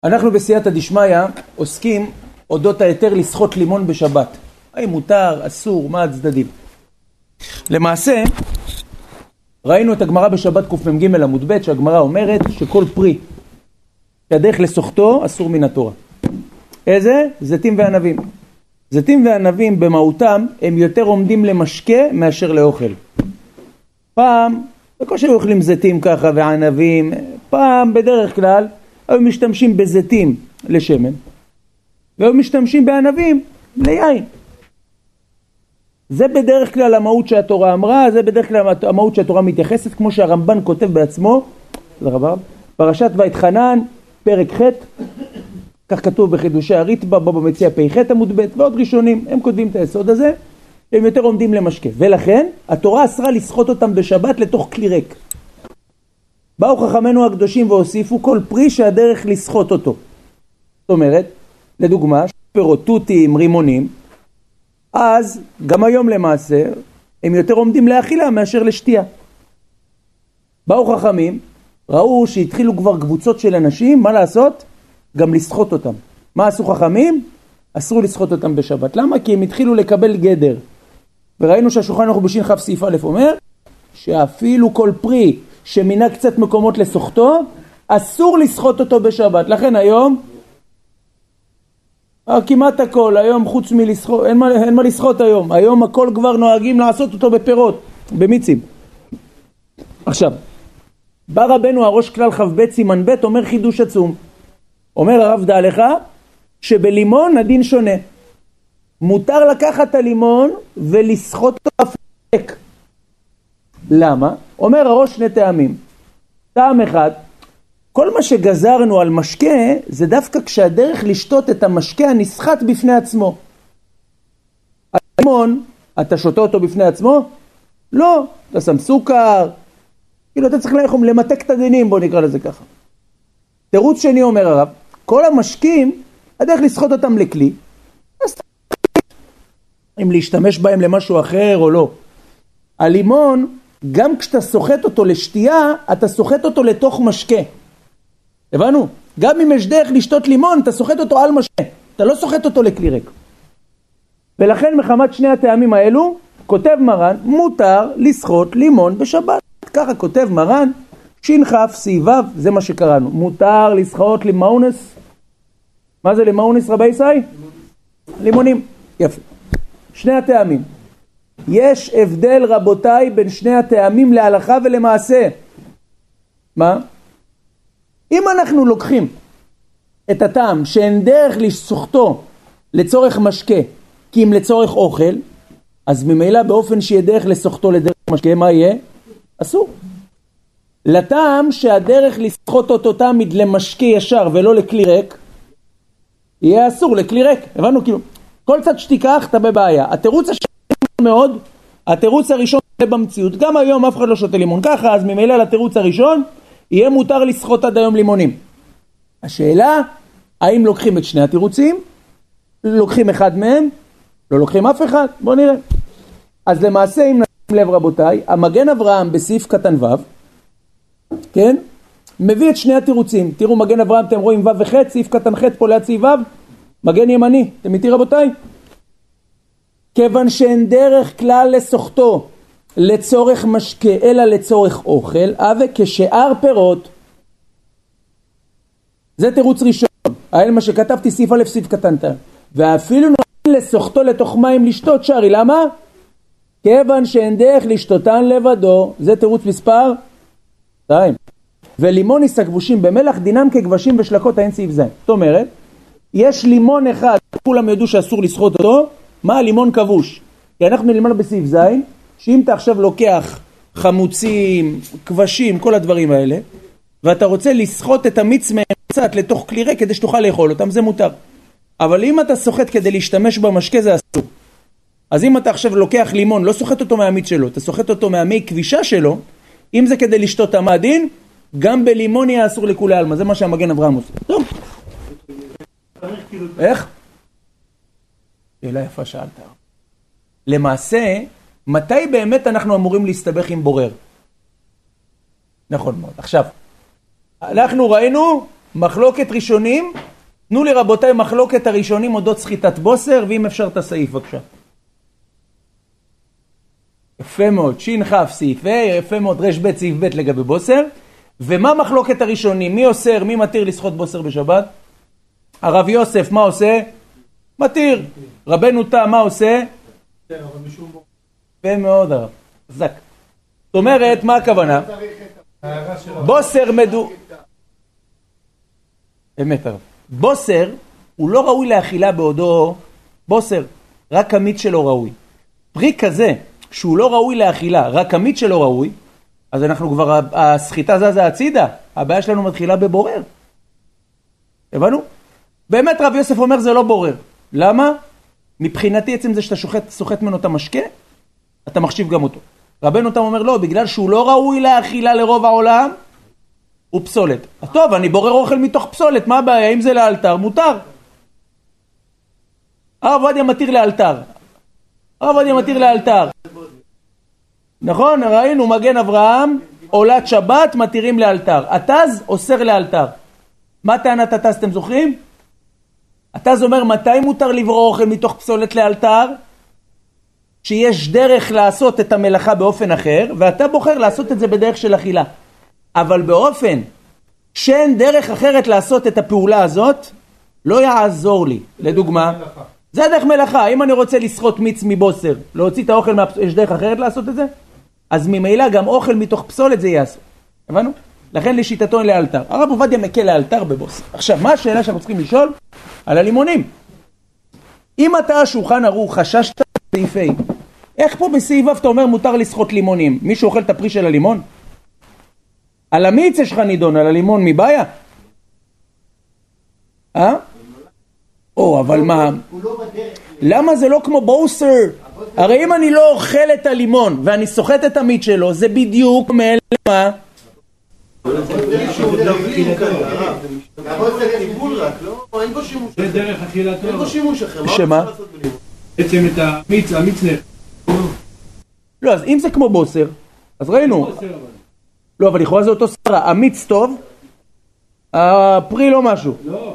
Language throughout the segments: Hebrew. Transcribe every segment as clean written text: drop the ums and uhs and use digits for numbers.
אנחנו בסייעתא דשמיא עוסקים אודות היתר לשחות לימון בשבת. האם מותר, אסור, מה הצדדים? למעשה, ראינו את הגמרא בשבת קמ"ג עמוד ב' שהגמרא אומרת שכל פרי שהדרך לשוחתו אסור מן התורה. איזה? זיתים וענבים. זיתים וענבים במהותם הם יותר עומדים למשקה מאשר לאוכל. פעם, בקושי היו אוכלים זיתים ככה וענבים, פעם בדרך כלל היו משתמשים בזיתים לשמן, והיו משתמשים בענבים ליין. זה בדרך כלל המהות שהתורה אמרה, זה בדרך כלל המהות שהתורה מתייחסת, כמו שהרמב"ן כותב בעצמו, פרשת ויתחנן, פרק ח', כך כתוב בחידושי הריטב"א, בבא מציעא פ"ח עמוד ב' ועוד ראשונים, הם כותבים את היסוד הזה, הם יותר עומדים למשקה, ולכן התורה אסרה לשחות אותם בשבת לתוך כלי ריק. באו חכמינו הקדושים והוסיפו כל פרי שהדרך לשחות אותו. זאת אומרת, לדוגמה, פירות, תותים, רימונים, אז גם היום למעשה הם יותר עומדים לאכילה מאשר לשתייה. באו חכמים, ראו שהתחילו כבר קבוצות של אנשים, מה לעשות? גם לשחות אותם. מה עשו חכמים? אסרו לשחות אותם בשבת. למה? כי הם התחילו לקבל גדר. וראינו שהשולחן ערוך בש"כ סעיף א' אומר, שאפילו כל פרי שמינה קצת מקומות לשוחתו, אסור לשחות אותו בשבת. לכן היום, כמעט הכל, היום חוץ מלשחות, אין מה לשחות היום. היום הכל כבר נוהגים לעשות אותו בפירות, במיצים. עכשיו, בא רבנו הראש כלל כ"ב סימן ב' אומר חידוש עצום. אומר הרב דע לך שבלימון הדין שונה. מותר לקחת את הלימון ולשחות אותו אפק. למה? אומר הראש שני טעמים. טעם אחד, כל מה שגזרנו על משקה זה דווקא כשהדרך לשתות את המשקה הנסחט בפני עצמו. הלימון, אתה שותה אותו בפני עצמו? לא, אתה שם סוכר, כאילו אתה צריך למתק את הדינים, בוא נקרא לזה ככה. תירוץ שני אומר הרב, כל המשקים, הדרך לשחות אותם לכלי, אז אם להשתמש בהם למשהו אחר או לא. הלימון, גם כשאתה סוחט אותו לשתייה, אתה סוחט אותו לתוך משקה. הבנו? גם אם יש דרך לשתות לימון, אתה סוחט אותו על משקה. אתה לא סוחט אותו לכלי ריק. ולכן מחמת שני הטעמים האלו, כותב מרן, מותר לשחות לימון בשבת. ככה כותב מרן, ש"כ סעיף ו', זה מה שקראנו. מותר לשחות לימונס. מה זה לימונס רבי ישי? לימונים. יפה. שני הטעמים. יש הבדל רבותיי בין שני הטעמים להלכה ולמעשה. מה? אם אנחנו לוקחים את הטעם שאין דרך לשוחתו לצורך משקה, כי אם לצורך אוכל, אז ממילא באופן שיהיה דרך לשוחתו לדרך משקה, מה יהיה? אסור. לטעם שהדרך לשחות אותו תמיד למשקה ישר ולא לכלי ריק, יהיה אסור לכלי ריק. הבנו כאילו, כל צד שתיקח אתה בבעיה. התירוץ השני מאוד, התירוץ הראשון במציאות, גם היום אף אחד לא שותה לימון ככה, אז ממילא לתירוץ הראשון, יהיה מותר לשחות עד היום לימונים. השאלה, האם לוקחים את שני התירוצים? לוקחים אחד מהם? לא לוקחים אף אחד? בואו נראה. אז למעשה, אם נשים לב רבותיי, המגן אברהם בסעיף קטן ו', כן? מביא את שני התירוצים. תראו מגן אברהם, אתם רואים ו' וח', סעיף קטן ח' פה ליד סעיף ו', מגן ימני. אתם איתי רבותיי? כיוון שאין דרך כלל לשוחתו לצורך משקה אלא לצורך אוכל, וכשאר פירות. זה תירוץ ראשון. האל מה שכתבתי סעיף א' סעיף קטן ת'. ואפילו נותן לשוחתו לתוך מים לשתות שרי. למה? כיוון שאין דרך לשתותן לבדו. זה תירוץ מספר 2. ולימוניס הכבושים במלח דינם כגבשים ושלקות אין סעיף ז'. זאת אומרת, יש לימון אחד, כולם ידעו שאסור לשחות אותו. מה הלימון כבוש? כי אנחנו נלמד בסעיף ז', שאם אתה עכשיו לוקח חמוצים, כבשים, כל הדברים האלה, ואתה רוצה לשחות את המיץ מהם קצת לתוך כלי ריק כדי שתוכל לאכול אותם, זה מותר. אבל אם אתה סוחט כדי להשתמש במשקה, זה אסור. אז אם אתה עכשיו לוקח לימון, לא סוחט אותו מהמיץ שלו, אתה סוחט אותו מהמי כבישה שלו, אם זה כדי לשתות המדין, גם בלימון יהיה אסור לכולי עלמא. זה מה שהמגן אברהם עושה. טוב. איך? שאלה יפה שאלת. למעשה, מתי באמת אנחנו אמורים להסתבך עם בורר? נכון מאוד. עכשיו, אנחנו ראינו מחלוקת ראשונים, תנו לי רבותיי מחלוקת הראשונים אודות סחיטת בוסר, ואם אפשר את הסעיף בבקשה. יפה מאוד, שין חף סעיף, יפה מאוד רש בית סעיף בית לגבי בוסר. ומה מחלוקת הראשונים? מי אוסר, מי מתיר לשחות בוסר בשבת? הרב יוסף מה עושה? מתיר. רבנו תם מה עושה? יפה מאוד הרב, זק. זאת אומרת, מה הכוונה? בוסר אמת הרב. בוסר הוא לא ראוי לאכילה בעודו בוסר, רק המיץ שלו ראוי. פרי כזה, כשהוא לא ראוי לאכילה, רק המיץ שלו ראוי, אז אנחנו כבר, הסחיטה זזה הצידה, הבעיה שלנו מתחילה בבורר. הבנו? באמת רב יוסף אומר זה לא בורר. למה? מבחינתי עצם זה שאתה סוחט ממנו את המשקה, אתה מחשיב גם אותו. רבנו תם אומר לא, בגלל שהוא לא ראוי לאכילה לרוב העולם, הוא פסולת. אז טוב, אני בורר אוכל מתוך פסולת, מה הבעיה? אם זה לאלתר, מותר. הרב עובדיה מתיר לאלתר. הרב עובדיה מתיר לאלתר. נכון, ראינו מגן אברהם, עולת שבת, מתירים לאלתר. התז אוסר לאלתר. מה טענת התז, אתם זוכרים? התז אומר מתי מותר לברור אוכל מתוך פסולת לאלתר? שיש דרך לעשות את המלאכה באופן אחר, ואתה בוחר לעשות את זה בדרך של אכילה. אבל באופן שאין דרך אחרת לעשות את הפעולה הזאת, לא יעזור לי. לדוגמה, זה דרך מלאכה. אם אני רוצה לשחות מיץ מבוסר, להוציא את האוכל, יש דרך אחרת לעשות את זה? אז ממילא גם אוכל מתוך פסולת זה יעשו. הבנו? לכן לשיטתו אין לאלתר. הרב עובדיה מקל לאלתר בבוסר. עכשיו, מה השאלה שאנחנו צריכים לשאול? על הלימונים. אם אתה השולחן ערוך חששת בסעיפי, איך פה בסעיף אתה אומר מותר לשחות לימונים? מישהו אוכל את הפרי של הלימון? על המיץ יש לך נידון, על הלימון מבעיה? אבל מה? למה זה לא כמו בוסר? הרי אם אני לא אוכל את הלימון ואני סוחט את המיץ שלו, זה בדיוק מה? זה דרך אכילתו. אין בו שימוש אחר. שמה? בעצם את המיץ נך. לא, אז אם זה כמו בוסר, אז ראינו. לא, אבל לכאורה זה אותו סרה. המיץ טוב, הפרי לא משהו. לא.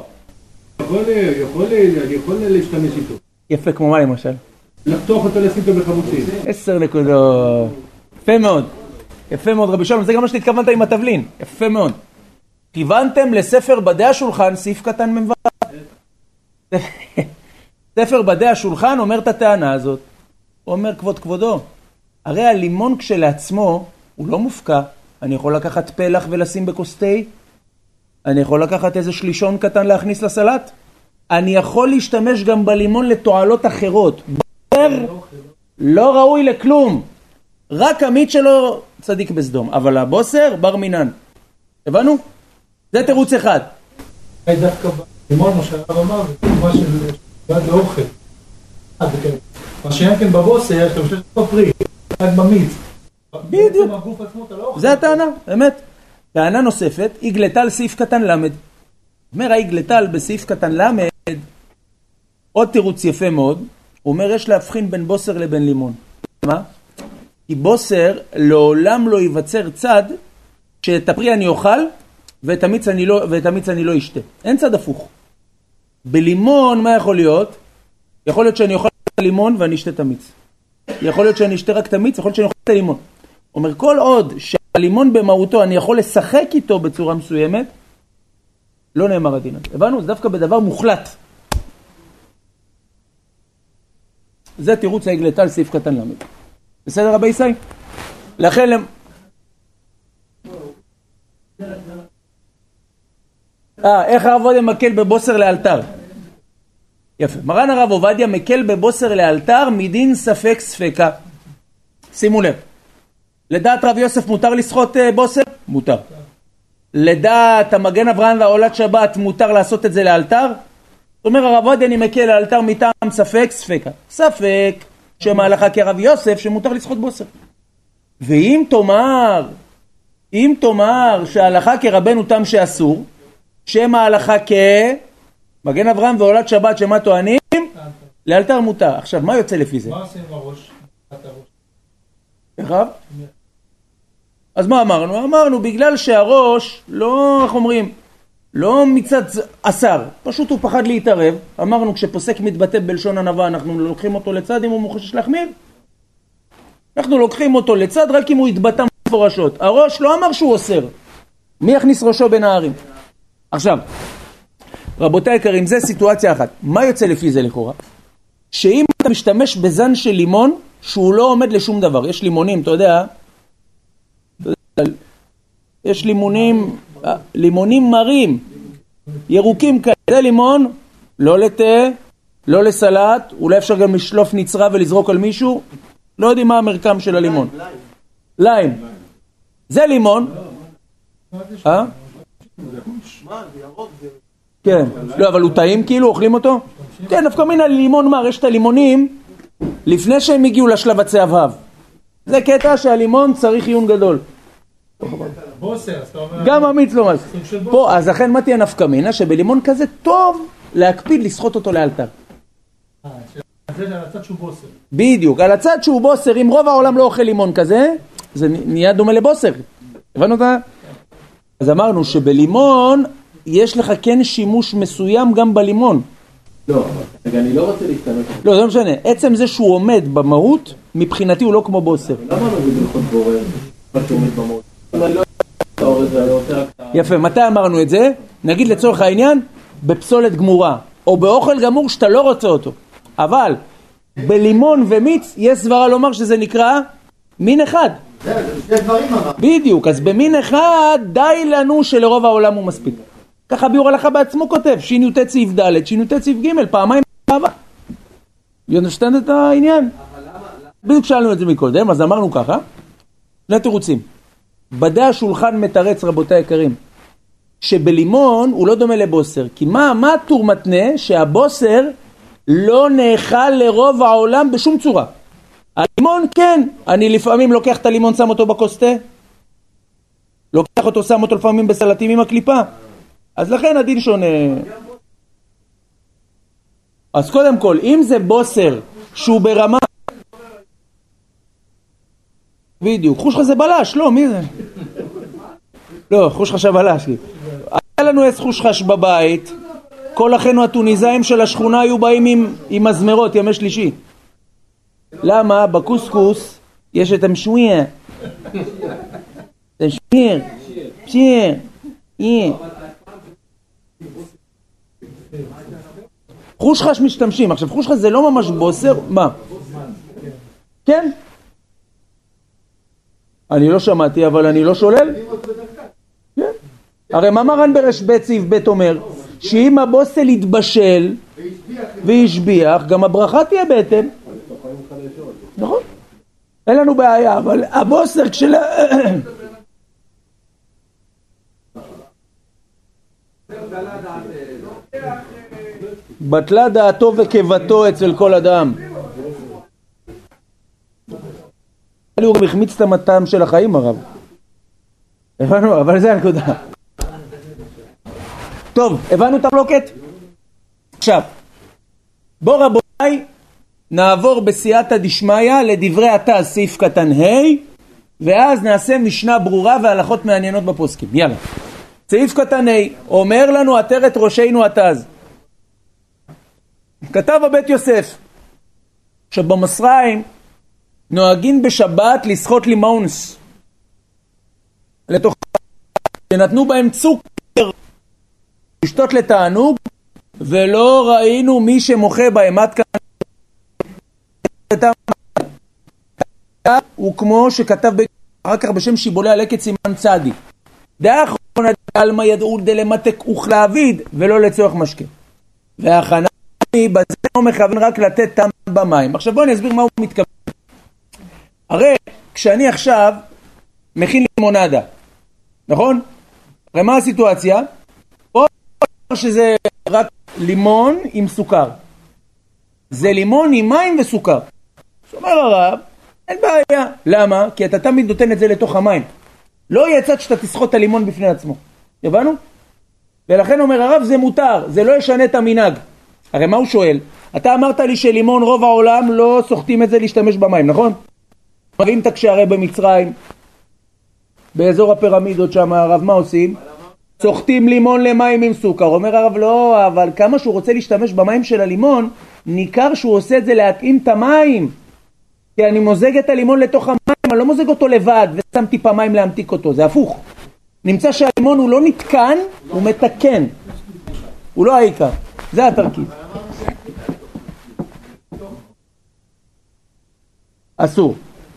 יכול להשתמש איתו. יפה, כמו מה למשל? לחתוך אותו לשים אותו בחמוצים. 10 נקודות. יפה מאוד. יפה מאוד רבי שלום, זה גם מה שהתכוונת עם התבלין. יפה מאוד. כיוונתם לספר בדי השולחן, סעיף קטן ממבט. ספר בדי השולחן אומר את הטענה הזאת. הוא אומר כבודו, הרי הלימון כשלעצמו הוא לא מופקע. אני יכול לקחת פלח ולשים בקוסטי, אני יכול לקחת איזה שלישון קטן להכניס לסלט, אני יכול להשתמש גם בלימון לתועלות אחרות. לא ראוי לכלום, רק המיץ שלו צדיק בסדום, אבל הבוסר בר מינן. הבנו? זה תירוץ אחד. דווקא בלימון מה שהרב אמר, זה תרומה של בד לאוכל. מה שאין כן בבוסר, אתה משתמש בפרי, רק במיץ. בדיוק. זה הטענה, באמת. טענה נוספת, הגלתה על סעיף קטן למד. אומר ההגלתה בסעיף קטן למד, עוד תירוץ יפה מאוד, הוא אומר יש להבחין בין בוסר לבין לימון. מה? כי בוסר לעולם לא ייווצר צד שאת הפרי אני אוכל ואת המיץ אני לא אשתה. אין צד הפוך. בלימון מה יכול להיות? יכול להיות שאני אוכל את הלימון ואני אשתה את המיץ. יכול להיות שאני אשתה רק את המיץ, יכול להיות שאני אוכל את הלימון. אומר כל עוד שהלימון במהותו אני יכול לשחק איתו בצורה מסוימת, לא נאמר הדין הזה. הבנו? זה דווקא בדבר מוחלט. זה תירוץ ההגלתה על סעיף קטן למד. בסדר רבי ישראל? לכן איך הרב עובדיה מקל בבוסר לאלתר? יפה. מרן הרב עובדיה מקל בבוסר לאלתר מדין ספק ספקה. שימו לב. לדעת רב יוסף מותר לשחות בוסר? מותר. לדעת המגן אברהם והעולת שבת מותר לעשות את זה לאלתר? זאת אומרת הרב עובדיה אני מקל לאלתר מטעם ספק ספקה. ספק שמהלכה כרב יוסף שמותר לשחות בוסר. ואם תאמר שההלכה כרבנו תם שאסור, שמה ההלכה כמגן אברהם ועולת שבת שמה טוענים? לאלתר מותר. עכשיו מה יוצא לפי זה? מה עושים עם הראש? איך רב? אז מה אמרנו? אמרנו בגלל שהראש לא, איך אומרים, לא מצד אסר, פשוט הוא פחד להתערב. אמרנו כשפוסק מתבטא בלשון ענווה אנחנו לוקחים אותו לצד אם הוא מוחשש להחמיר. אנחנו לוקחים אותו לצד רק אם הוא התבטא מפורשות. הראש לא אמר שהוא אוסר. מי יכניס ראשו בין הערים? עכשיו, רבותיי יקרים, זה סיטואציה אחת. מה יוצא לפי זה לכאורה? שאם אתה משתמש בזן של לימון שהוא לא עומד לשום דבר, יש לימונים, אתה יודע, יש לימונים מרים, ירוקים כאלה, זה לימון, לא לתה, לא לסלט, אולי אפשר גם לשלוף נצרה ולזרוק על מישהו, לא יודעים מה המרקם של הלימון. ליים. זה לימון. כן, לא, אבל הוא טעים כאילו, אוכלים אותו? כן, דווקא מן הלימון מר, יש את הלימונים לפני שהם הגיעו לשלב הצהבהב. זה קטע שהלימון צריך עיון גדול. גם אמיץ לא מס. פה, אז לכן מה תהיה נפקא מינה? שבלימון כזה טוב להקפיד לסחוט אותו לאלתר. זה על הצד שהוא בוסר. בדיוק, על הצד שהוא בוסר, אם רוב העולם לא אוכל לימון כזה, זה נהיה דומה לבוסר. הבנו אותה? אז אמרנו שבלימון יש לך כן שימוש מסוים גם בלימון. לא, אני לא רוצה להשתמש. לא, זה לא משנה. עצם זה שהוא עומד במהות, מבחינתי הוא לא כמו בוסר. למה לא בלכות בורר? מה שהוא עומד במהות? יפה, מתי אמרנו את זה? נגיד לצורך העניין, בפסולת גמורה, או באוכל גמור שאתה לא רוצה אותו. אבל בלימון ומיץ יש סברה לומר שזה נקרא מין אחד. זה דברים אמר. בדיוק, אז במין אחד די לנו שלרוב העולם הוא מספיק. ככה ביור הלכה בעצמו כותב, שי"ט סעיף ד', שי"ט סעיף ג', פעמיים אהבה. יונשתן את העניין? בדיוק שאלנו את זה מקודם, אז אמרנו ככה, שני תירוצים. בדי השולחן מתרץ רבותיי יקרים, שבלימון הוא לא דומה לבוסר, כי מה הטור מתנה שהבוסר לא נאכל לרוב העולם בשום צורה. הלימון כן, אני לפעמים לוקח את הלימון, שם אותו בכוס תה, לוקח אותו, שם אותו לפעמים בסלטים עם הקליפה, אז לכן הדין שונה. אז קודם כל, אם זה בוסר שהוא ברמה, בדיוק, חושך זה בלש, לא, מי זה? לא, חושך שבלש. היה לנו איזה חושך בבית, כל אחינו הטוניזאים של השכונה היו באים עם מזמרות ימי שלישי. למה? בקוסקוס יש את המשוויה. תשמיר, פשיר, יהיה. חושך משתמשים. עכשיו, חושך זה לא ממש בוסר, מה? כן? אני לא שמעתי, אבל אני לא שולל. כן. הרי מה מרן ברש ב' סעיף ב' אומר? שאם הבוסל יתבשל וישביח, גם הברכה תהיה בהתאם. נכון? אין לנו בעיה, אבל הבוסר בטלה דעתו וקיבתו אצל כל אדם. הוא גם החמיץ את המטעם של החיים הרב. הבנו, אבל זה הנקודה. טוב, הבנו את המלוקת? עכשיו, בוא רבותיי, נעבור בסייעתא דשמיא לדברי התז סעיף קטן ה', ואז נעשה משנה ברורה והלכות מעניינות בפוסקים. יאללה. סעיף קטן ה' אומר לנו עטרת ראשנו התז. כתב הבית יוסף שבמסריים נוהגים בשבת לסחוט לימונס לתוך שנתנו בהם צוקר לשתות לתענוג, ולא ראינו מי שמוחה בהם. עד כאן הוא כמו שכתב אחר כך בשם שיבולי הלקט סימן צדי, דאחרונה דלמה ידעו דלמתק וכלאביד ולא לצורך משקה, והכנה בזה הוא מכוון רק לתת טעם במים. עכשיו בואו אני אסביר מה הוא מתכוון. הרי כשאני עכשיו מכין לימונדה, נכון? הרי מה הסיטואציה? או שזה רק לימון עם סוכר, זה לימון עם מים וסוכר. אומר הרב, אין בעיה. למה? כי אתה תמיד נותן את זה לתוך המים, לא יצאת שאתה תסחוט את הלימון בפני עצמו. הבנו? ולכן אומר הרב זה מותר, זה לא ישנה את המנהג. הרי מה הוא שואל? אתה אמרת לי שלימון רוב העולם לא סוחטים את זה להשתמש במים, נכון? מביאים את הקשרי במצרים, באזור הפירמידות שם הרב, מה עושים? סוחטים לימון למים עם סוכר. אומר הרב לא, אבל כמה שהוא רוצה להשתמש במים של הלימון, ניכר שהוא עושה את זה להתאים את המים. כי אני מוזג את הלימון לתוך המים, אני לא מוזג אותו לבד ושם טיפה מים להמתיק אותו, זה הפוך. נמצא שהלימון הוא לא נתקן, הוא מתקן. הוא לא העיקר. זה התרכיב. אסור.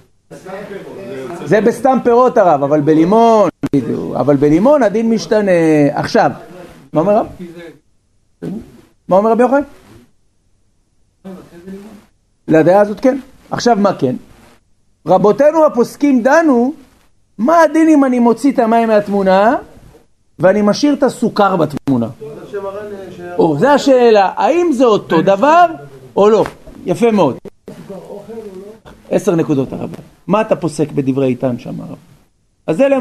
זה בסתם פירות הרב, אבל בלימון, אבל בלימון הדין משתנה. עכשיו, מה אומר רב? מה אומר רבי יוחנן? לדעה הזאת כן. עכשיו מה כן? רבותינו הפוסקים דנו, מה הדין אם אני מוציא את המים מהתמונה ואני משאיר את הסוכר בתמונה? זה השאלה, האם זה אותו דבר או לא? יפה מאוד. 10 נקודות הרב. מה אתה פוסק בדברי איתן שם הרב? אז זה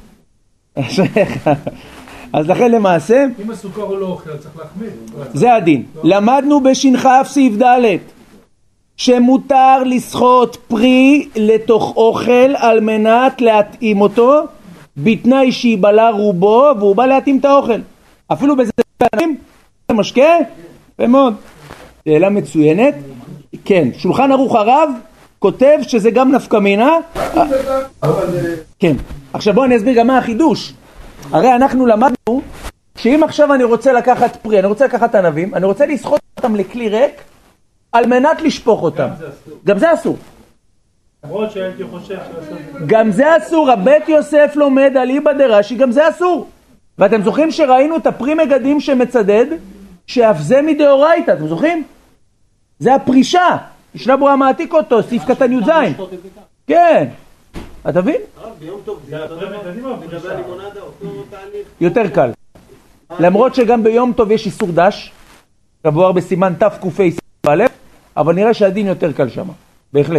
אז לכן למעשה אם הסוכר הוא לא אוכל, צריך להחמיר. זה הדין. למדנו בשנחף סעיף ד' שמותר לסחוט פרי לתוך אוכל על מנת להתאים אותו, בתנאי שיבלה רובו והוא בא להתאים את האוכל. אפילו בזה משקה? ומאוד. שאלה מצוינת. כן, שולחן ערוך הרב כותב שזה גם נפקא מינה. כן. עכשיו בואו אני אסביר גם מה החידוש. הרי אנחנו למדנו שאם עכשיו אני רוצה לקחת פרי, אני רוצה לקחת ענבים, אני רוצה לסחוט אותם לכלי ריק על מנת לשפוך אותם. גם זה אסור. למרות שהייתי חושב גם זה אסור. הבית יוסף לומד על איבא דרש"י, גם זה אסור. ואתם זוכרים שראינו את הפרי מגדים שמצדד, שאף זה מדאורייתא, אתם זוכרים? זה הפרישה. ישנה בו המעתיק אותו, סעיף קטן י"ז. כן. אתה מבין? ביום טוב זה לגבי הלימונדה אותו תהליך. יותר קל. למרות שגם ביום טוב יש איסור דש, כבואר בסימן תק"א, אבל נראה שהדין יותר קל שם. בהחלט.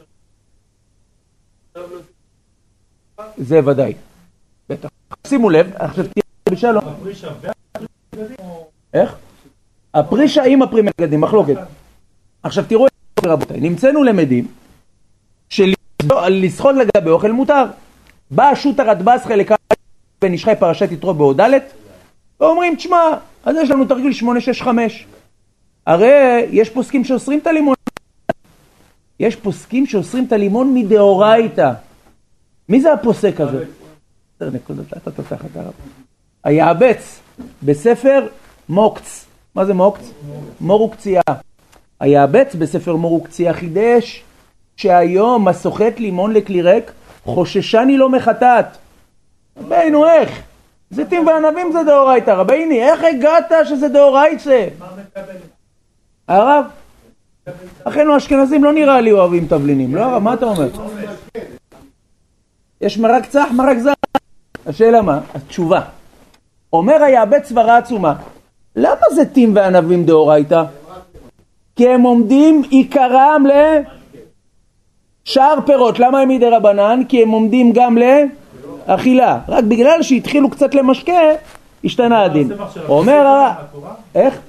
זה ודאי. בטח. שימו לב, עכשיו תראה בשלום. איך? הפרישה עם הפרי מגדים, מחלוקת. עכשיו תראו את זה רבותיי. נמצאנו למדים שלסחוט לגבי אוכל מותר. בא שו"ת הרדב"ז חלק בן איש חי פרשת יתרו בעוד ד' ואומרים תשמע, אז יש לנו תרגיל 865. הרי יש פוסקים שאוסרים את הלימון. יש פוסקים שאוסרים את הלימון מדאורייתא. מי זה הפוסק הזה? 10 נקודות, אתה תותח את הרב. היעבץ בספר מוקץ. מה זה מוקץ? מור וקציעה. היעבץ בספר מור וקציעה חידש שהיום הסוחט לימון לכלי ריק חוששני לא מחטאת. רבינו איך? זיתים וענבים זה דאורייתא. רביני איך הגעת שזה דאורייתא? הרב? אחינו האשכנזים לא נראה לי אוהבים תבלינים. לא הרב, מה אתה אומר? יש מרק צח, מרק זר. השאלה מה? התשובה. אומר היעבץ סברה עצומה. למה זיתים וענבים דאורייתא? כי הם עומדים עיקרם לשאר פירות. למה הם מדי רבנן? כי הם עומדים גם לאכילה. רק בגלל שהתחילו קצת למשקה, השתנה הדין. אומר איך?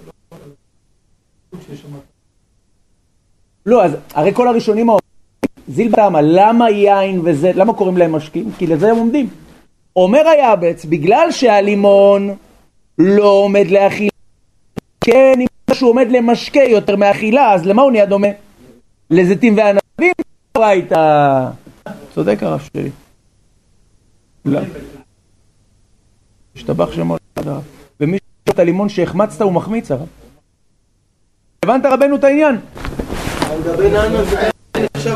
לא, אז הרי כל הראשונים זיל בתמה, למה יין וזה, למה קוראים להם משקים? כי לזה הם עומדים. אומר היעבץ, בגלל שהלימון לא עומד לאכילה, כן, אם שהוא עומד למשקה יותר מאכילה, אז למה הוא נהיה דומה? לזיתים וענבים? ראית? צודק הרב שלי. לא. השתבח שמו הרב. ומי ששאל את הלימון שהחמצת הוא מחמיץ הרב. הבנת רבנו את העניין? לגבי נענה זה עכשיו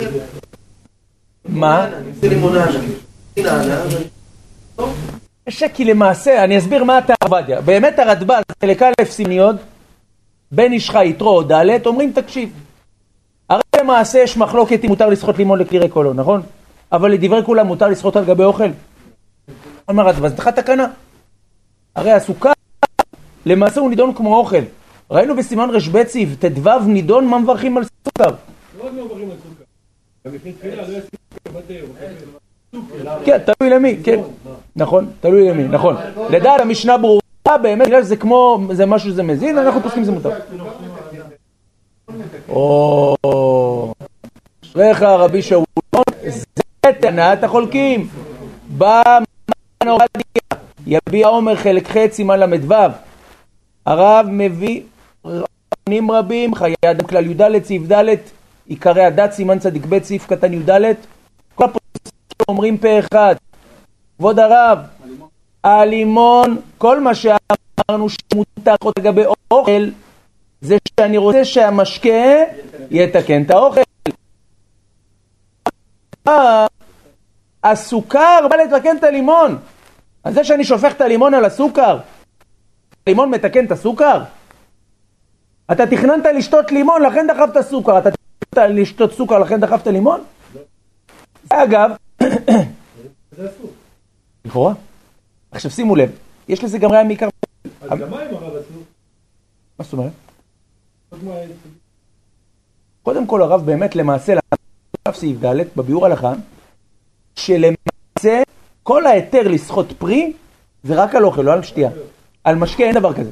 מה? זה לימונדה. כי למעשה, אני אסביר מה אתה עבדיה. באמת הרדב"ז, חלק א' סימניות, בן איש חי יתרו ד' אומרים תקשיב. הרי למעשה יש מחלוקת אם מותר לסחוט לימון לכלי ריק או לא, נכון? אבל לדברי כולם מותר לסחוט על גבי אוכל. אומר הרדב"ז, זה תקנה. הרי הסוכר, למעשה הוא נידון כמו אוכל. ראינו בסימן רשב"צ סעיף ט"ו נידון מה מברכים על סוכר. לא מברכים על סוכר. במחיר תפילה לא יש סוכר. כן, תלוי למי, כן. נכון, תלוי למי, נכון. לדעת המשנה ברורה, באמת, בגלל שזה כמו, זה משהו שזה מזין, אנחנו פוסקים זה מותר. אשריך רבי שאולון, זה טענת החולקים. בא עובדיה, יביע עומר חלק ח' סימן למדו. הרב מביא רבנים רבים, חיי אדם כלל י"ד סעיף ד', עיקרי הדת סימן צדיק ב' סעיף קטן י"ד. כל הפוסקים אומרים פה אחד. כבוד הרב, הלימון, כל מה שאמרנו שמותר לגבי אוכל, זה שאני רוצה שהמשקה יתקן את האוכל. הסוכר בא לתקן את הלימון. אז זה שאני שופך את הלימון על הסוכר, הלימון מתקן את הסוכר? אתה תכננת לשתות לימון, לכן דחפת סוכר. אתה תכננת לשתות סוכר, לכן דחפת לימון? זה אגב, לכאורה. עכשיו שימו לב, יש לזה גם ראיה מעיקר. אז גם מים הרב עשו. מה זאת אומרת? קודם כל הרב באמת למעשה, הרב סעיף ד' בביאור הלכה, שלמעשה כל היתר לסחוט פרי זה רק על אוכל, לא על שתייה. על משקה אין דבר כזה.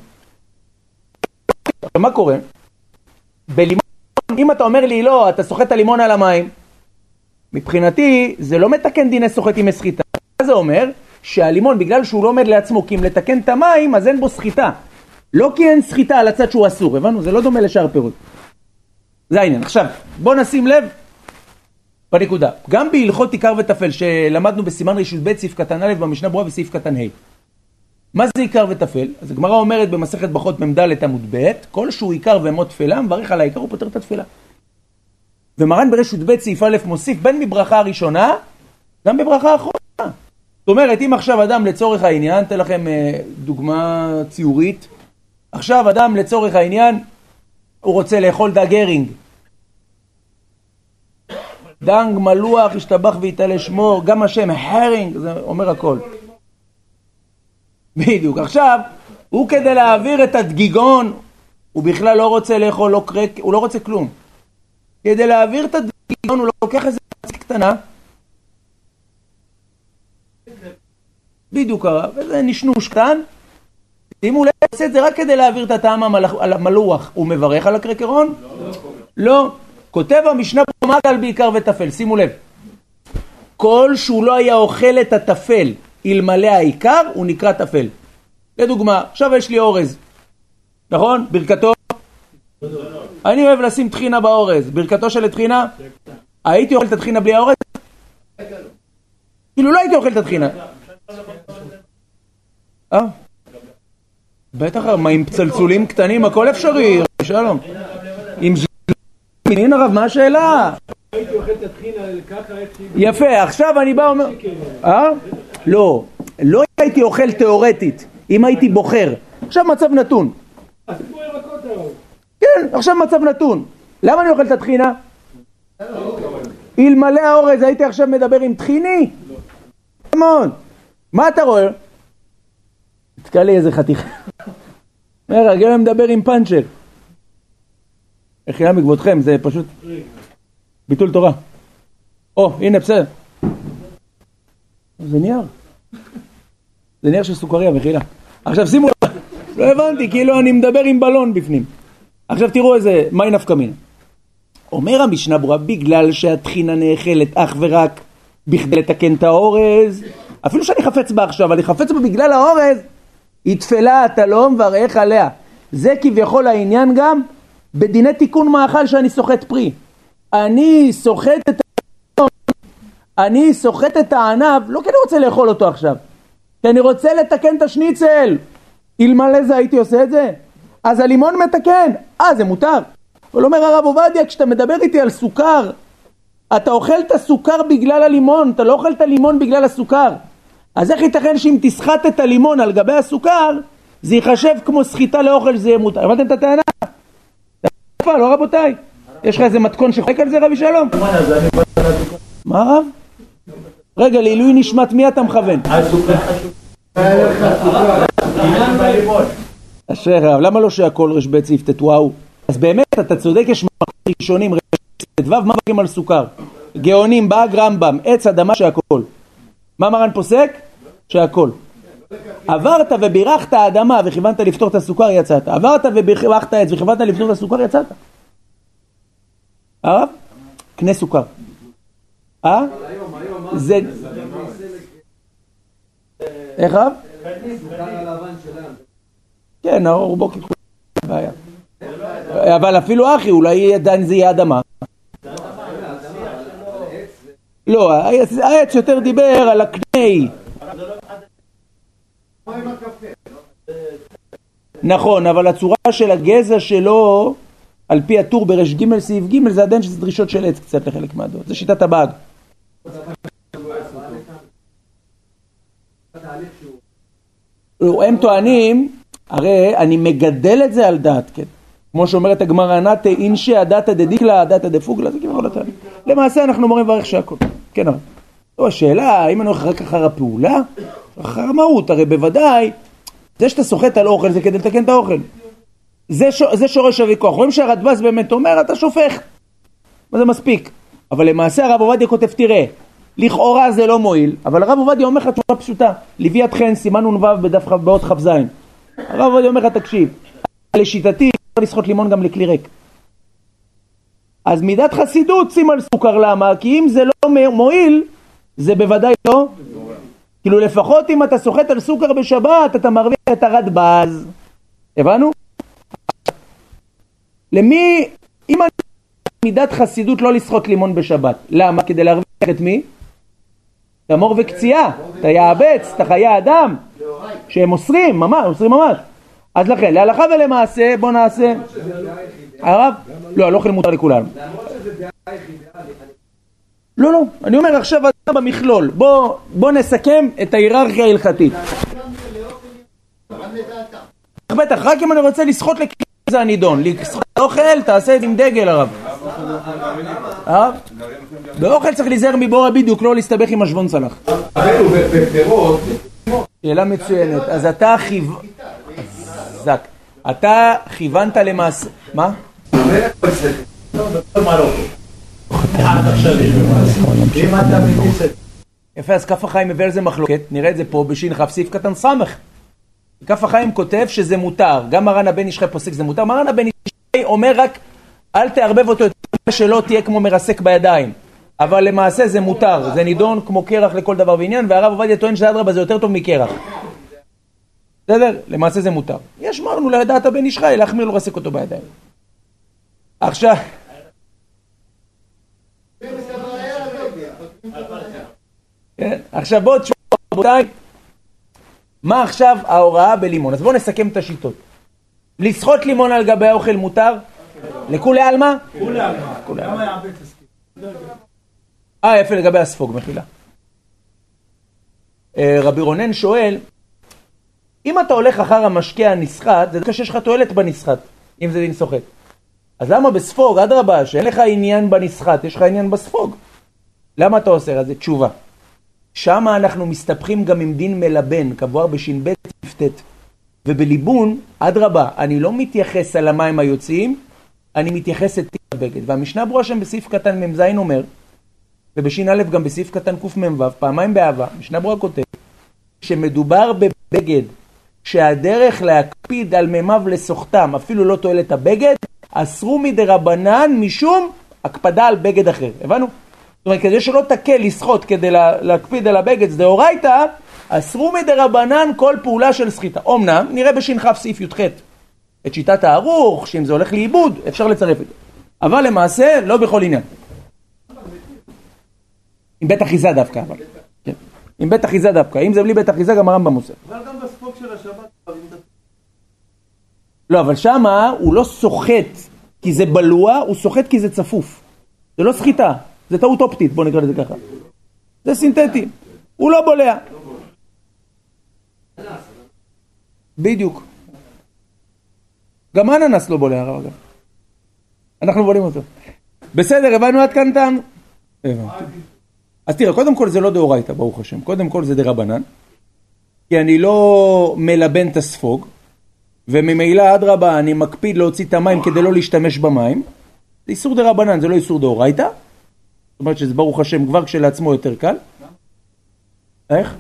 מה קורה? בלימון, אם אתה אומר לי לא, אתה סוחט את הלימון על המים, מבחינתי זה לא מתקן דיני סוחט עם סחיטה. מה זה אומר? שהלימון בגלל שהוא לא עומד לעצמו, כי אם לתקן את המים אז אין בו סחיטה. לא כי אין סחיטה על הצד שהוא אסור, הבנו? זה לא דומה לשאר פירות. זה העניין. עכשיו, בוא נשים לב בנקודה. גם בהלכות עיקר וטפל שלמדנו בסימן רשות ב' סעיף קטן א' במשנה ברורה וסעיף קטן ה'. מה זה עיקר וטפל? אז הגמרא אומרת במסכת ברכות מ"ד עמוד ב', כל שהוא עיקר ומות תפלה, מברך על העיקר הוא פותר את התפלה. ומרן ברשות ב' סעיף א' מוסיף בין מברכה הראשונה, גם בברכה האחרונה. זאת אומרת, אם עכשיו אדם לצורך העניין, אתן לכם דוגמה ציורית, עכשיו אדם לצורך העניין, הוא רוצה לאכול דג הרינג. דג מלוח, ישתבח ויתעלה שמו, גם השם הרינג, זה אומר הכל. בדיוק. עכשיו, הוא כדי להעביר את הדגיגון, הוא בכלל לא רוצה לאכול, לא קרק, הוא לא רוצה כלום. כדי להעביר את הדגיגון, הוא לא לוקח איזה מצק קטנה. בדיוק הרב, וזה נשנוש קטן. שימו לב, עושה את זה רק כדי להעביר את הטעם על המלוח. הוא מברך על הקרקרון? לא. כותב המשנה ברורה על בעיקר וטפל, שימו לב. כל שהוא לא היה אוכל את הטפל אלמלא העיקר, הוא נקרא טפל. לדוגמה, עכשיו יש לי אורז. נכון? ברכתו? אני אוהב לשים תחינה באורז. ברכתו של התחינה? הייתי אוכל את התחינה בלי האורז? כאילו לא הייתי אוכל את התחינה. בטח, מה עם צלצולים קטנים, הכל אפשרי, שלום. עם זלמין הרב, מה השאלה? הייתי אוכל את התחינה ככה, יפה, עכשיו אני בא אומר... לא, לא הייתי אוכל תיאורטית, אם הייתי בוחר. עכשיו מצב נתון. אז כמו ירקות הרב. כן, עכשיו מצב נתון. למה אני אוכל את התחינה? אלמלא האורז, הייתי עכשיו מדבר עם תחיני? מאוד. מה אתה רואה? תתקע לי איזה חתיכה. רגע, אני מדבר עם פאנצ'ר. איך מכבודכם, זה פשוט ביטול תורה. הנה, בסדר. זה נייר. זה נייר של סוכריה, מחילה. עכשיו שימו, לא הבנתי, כאילו אני מדבר עם בלון בפנים. עכשיו תראו איזה, מהי נפקא מינה. אומר המשנה ברורה, בגלל שהתחינה נאכלת אך ורק בכדי לתקן את האורז, אפילו שאני חפץ בה עכשיו, אני חפץ בה בגלל האורז, היא תפלה, אתה לא מברך עליה. זה כביכול העניין גם בדיני תיקון מאכל שאני סוחט פרי. אני סוחט את הענב, לא כי אני רוצה לאכול אותו עכשיו, כי אני רוצה לתקן את השניצל. אלמלא זה הייתי עושה את זה? אז הלימון מתקן, זה מותר. אבל אומר הרב עובדיה, כשאתה מדבר איתי על סוכר, אתה אוכל את הסוכר בגלל הלימון, אתה לא אוכל את הלימון בגלל הסוכר. אז איך ייתכן שאם תסחט את הלימון על גבי הסוכר, זה ייחשב כמו סחיטה לאוכל, זה יהיה מותר. הבנתם את הטענה? לא רבותיי? יש לך איזה מתכון שחולק על זה רבי שלום? מה רב? רגע, לעילוי נשמת מי אתה מכוון? אשרי רב, למה לא שהכל רשב"ץ יפתת וואו? אז באמת אתה צודק, יש מחקרים ראשונים רשב"ץ ו' מה מבקים על סוכר? גאונים, באג רמב"ם, עץ אדמה שהכל. מה מרן פוסק? שהכל. עברת ובירכת האדמה וכיוונת לפתור את הסוכר, יצאת. עברת ובירכת עץ וכיוונת לפתור את הסוכר, יצאת. הרב? קנה סוכר. זה... איך רב? כן, רובו ככולם, בעיה. אבל אפילו אחי, אולי עדיין זה יהיה אדמה. לא, העץ יותר דיבר על הקני. נכון, אבל הצורה של הגזע שלו, על פי הטור ברש ג' סעיף ג', זה עדיין שזה דרישות של עץ קצת לחלק מהדעות. זה שיטת הבאג. הם טוענים, הרי אני מגדל את זה על דעת, כן? כמו שאומרת הגמרא, נתא אינשי הדתא דדיקלה הדתא דפוגלה, זה כמובן אותנו. למעשה אנחנו אומרים ברך שהכל. כן, אבל. זו השאלה, האם אני הולך רק אחר הפעולה? אחר המהות, הרי בוודאי, זה שאתה סוחט על אוכל זה כדי לתקן את האוכל. זה שורש הוויכוח. רואים שהרדב"ז באמת אומר, אתה שופך. וזה מספיק. אבל למעשה הרב עובדיה כותב, תראה, לכאורה זה לא מועיל, אבל הרב עובדיה אומר לך תשובה פשוטה. לוויית חן, סימן נ"ו בדף באות כ"ז. הרב עובדיה אומר לך, תקשיב, לשיטתי, אפשר לסחוט לימון גם לכלי ריק. אז מידת חסידות שים על סוכר, למה? כי אם זה לא מועיל, זה בוודאי לא. כאילו לפחות אם אתה סוחט על סוכר בשבת, אתה מרוויח את הרדב"ז. הבנו? למי, אם אני מידת חסידות לא לסחוט לימון בשבת, למה? כדי להרוויח את מי? את המור וקצייה, את היעבץ, את חיי האדם, שהם אוסרים ממש. אז לכן, להלכה ולמעשה, בוא נעשה. הרב? לא, לא אוכל מותר לכולם. לא, אני אומר עכשיו במכלול, בוא נסכם את ההיררכיה ההלכתית. בטח, רק אם אני רוצה לסחוט לכלי זה הנידון, לסחוט אוכל, תעשה את עם דגל הרב. באוכל צריך להיזהר מבורא בדיוק, לא להסתבך עם השבון צלח. שאלה מצוינת, אז אתה כיוונת למעשה, מה? יפה, אז כף החיים מביא על זה מחלוקת, נראה את זה פה בשין כף סעיף קטן סמך. כף החיים כותב שזה מותר, גם מרן הבן איש חי פוסק זה מותר, מרן הבן איש חי אומר רק אל תערבב אותו יותר שלא תהיה כמו מרסק בידיים, אבל למעשה זה מותר, זה נידון כמו קרח לכל דבר ועניין, והרב עובדיה טוען שאדרבה זה יותר טוב מקרח. בסדר? למעשה זה מותר. יש מרנו לדעת הבן איש חי להחמיר לו רסק אותו בידיים. עכשיו עכשיו בואו תשמעו רבותיי, מה עכשיו ההוראה בלימון? אז בואו נסכם את השיטות. לסחוט לימון על גבי האוכל מותר? לכולי עלמא? כולי עלמא. יפה, לגבי הספוג, מחילה. רבי רונן שואל, אם אתה הולך אחר המשקה הנסחט, זה קשה לך תועלת בנסחט, אם זה דין סוחט. אז למה בספוג, אדרבה, שאין לך עניין בנסחט, יש לך עניין בספוג? למה אתה עושה? אז זה תשובה. שם אנחנו מסתבכים גם עם דין מלבן, כבואר בשין ב' ספטט. ובליבון, אדרבה, אני לא מתייחס על המים היוצאים, אני מתייחס את תיק הבגד. והמשנה ברורה שם בסעיף קטן מ"ז אומר, ובשין א' גם בסעיף קטן קמ"ו, פעמיים באהבה, משנה ברורה כותב, שמדובר בבגד, שהדרך להקפיד על מימיו לסוחתם, אפילו לא תועלת הבגד, אסרו מדרבנן משום הקפדה על בגד אחר. הבנו? זאת אומרת, כדי שלא תקל לסחוט כדי להקפיד על הבגד, זה דאורייתא, אסרו מדרבנן כל פעולה של סחיטה. אומנם, נראה בשין כ' סעיף י"ח את שיטת הערוך, שאם זה הולך לאיבוד, אפשר לצרף את זה. אבל למעשה, לא בכל עניין. עם בית אחיזה דווקא, אבל. כן. עם בית אחיזה דווקא. אם זה בלי בית אחיזה, גם הרמב"ם עושה. אבל גם בספוג של השבת. לא, אבל שמה הוא לא סוחט כי זה בלוע, הוא סוחט כי זה צפוף. זה לא סחיטה, זה טעות אופטית, בוא נקרא לזה ככה. זה סינתטי. הוא לא בולע. בדיוק. גם אננס לא בולע, הרב אגב. אנחנו בולעים אותו. בסדר, הבנו עד כאן טעם? אז תראה, קודם כל זה לא דאורייתא, ברוך השם. קודם כל זה דרבנן. כי אני לא מלבן את הספוג. וממילא אדרבה אני מקפיד להוציא את המים כדי לא להשתמש במים. זה איסור דרבנן, זה לא איסור דאורייתא. זאת אומרת שזה ברוך השם כבר כשלעצמו יותר קל. איך?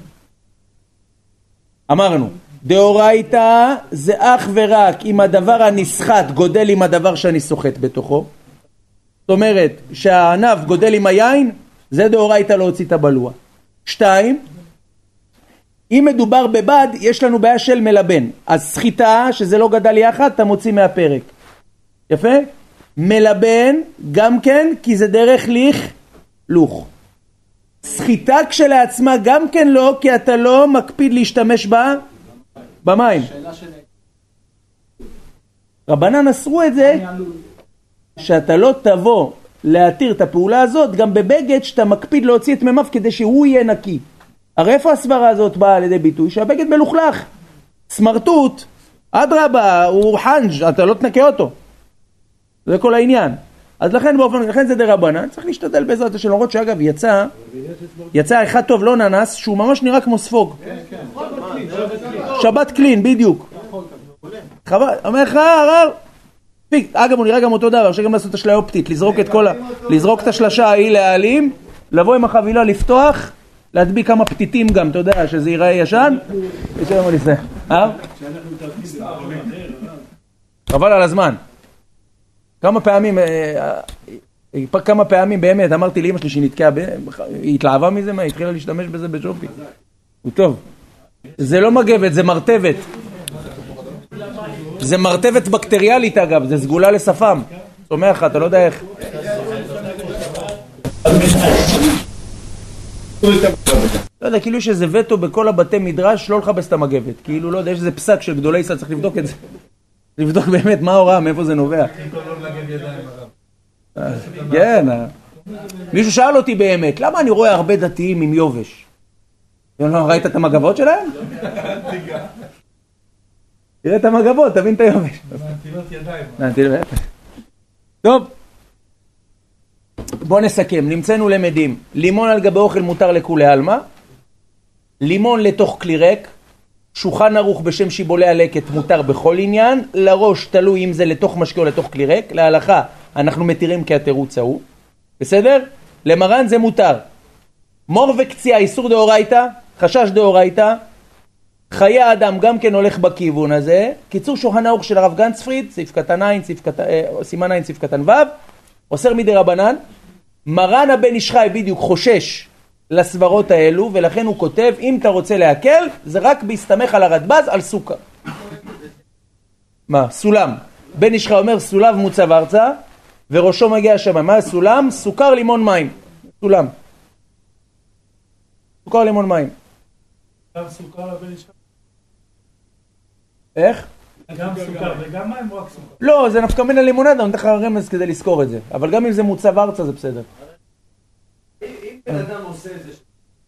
אמרנו, דאורייתא זה אך ורק אם הדבר הנסחט גודל עם הדבר שאני סוחט בתוכו. זאת אומרת שהענף גודל עם היין, זה דאורייתא להוציא את הבלוע. 2, אם מדובר בבד, יש לנו בעיה של מלבן. אז סחיטה, שזה לא גדל יחד, אתה מוציא מהפרק. יפה? מלבן, גם כן, כי זה דרך לוך. סחיטה כשלעצמה גם כן לא, כי אתה לא מקפיד להשתמש בה במים. רבנן אסרו את זה, שאתה לא תבוא להתיר את הפעולה הזאת, גם בבגד שאתה מקפיד להוציא את מימיו כדי שהוא יהיה נקי. הרי איפה הסברה הזאת באה על ידי ביטוי? שהבגד מלוכלך, סמרטוט, אדרבה, הוא חנג', אתה לא תנקה אותו. זה כל העניין. אז לכן זה דרבנן, צריך להשתדל בעזרת השם, למרות שאגב יצא אחד טוב לא ננס, שהוא ממש נראה כמו ספוג. שבת קלין, בדיוק. חבל, אומר לך, אגב הוא נראה גם אותו דבר, שגם לעשות את השליה אופטית, לזרוק את השלשה ההיא להעלים, לבוא עם החבילה לפתוח, להדביק כמה פתיתים גם, אתה יודע, שזה ייראה ישן, ושאלה מה לפני. חבל על הזמן. כמה פעמים באמת אמרתי לאמא שלי שהיא נתקעה, היא התלהבה מזה, היא התחילה להשתמש בזה בשופי. הוא טוב. זה לא מגבת, זה מרתבת. זה מרתבת בקטריאלית אגב, זה סגולה לשפם. שומע לך, אתה לא יודע איך. לא יודע, כאילו יש איזה וטו בכל הבתי מדרש, לא לחפש את המגבת. כאילו, לא יודע, יש איזה פסק של גדולי ישראל, צריך לבדוק את זה. לבדוק באמת מה ההוראה, מאיפה זה נובע. כן, מישהו שאל אותי באמת, למה אני רואה הרבה דתיים עם יובש? ראית את המגבות שלהם? תראה את המגבות, תבין את היובש. נטילות ידיים. טוב, בוא נסכם, נמצאנו למדים. לימון על גבי אוכל מותר לכולי עלמא, לימון לתוך כלי ריק, שולחן ערוך בשם שיבולי הלקט מותר בכל עניין, לראש תלוי אם זה לתוך משקה או לתוך כלי ריק, להלכה אנחנו מתירים כהתירוץ ההוא, בסדר? למרן זה מותר. מור וקציעה איסור דאורייתא, חשש דאורייתא, חיי האדם גם כן הולך בכיוון הזה. קיצור שולחן ערוך של הרב גנצפריד, סעיף קטן עין, סימן עין, סעיף קטן ו', אוסר מדי רבנן. מרן הבן איש חי בדיוק חושש לסברות האלו, ולכן הוא כותב, אם אתה רוצה להקל, זה רק בהסתמך על הרדב"ז, על סוכר. מה? סולם. בן איש חי אומר, סולב מוצב ארצה, וראשו מגיע שם. מה סולם? סוכר לימון מים. סולם. סוכר לימון מים. גם סוכר לבן איש חי? איך? גם סוכר וגם מים או רק סוכר? לא, זה נפקא מן הלימונדה, אני נותן לך רמז כדי לזכור את זה. אבל גם אם זה מוצב ארצה זה בסדר. אם בן אדם עושה את זה...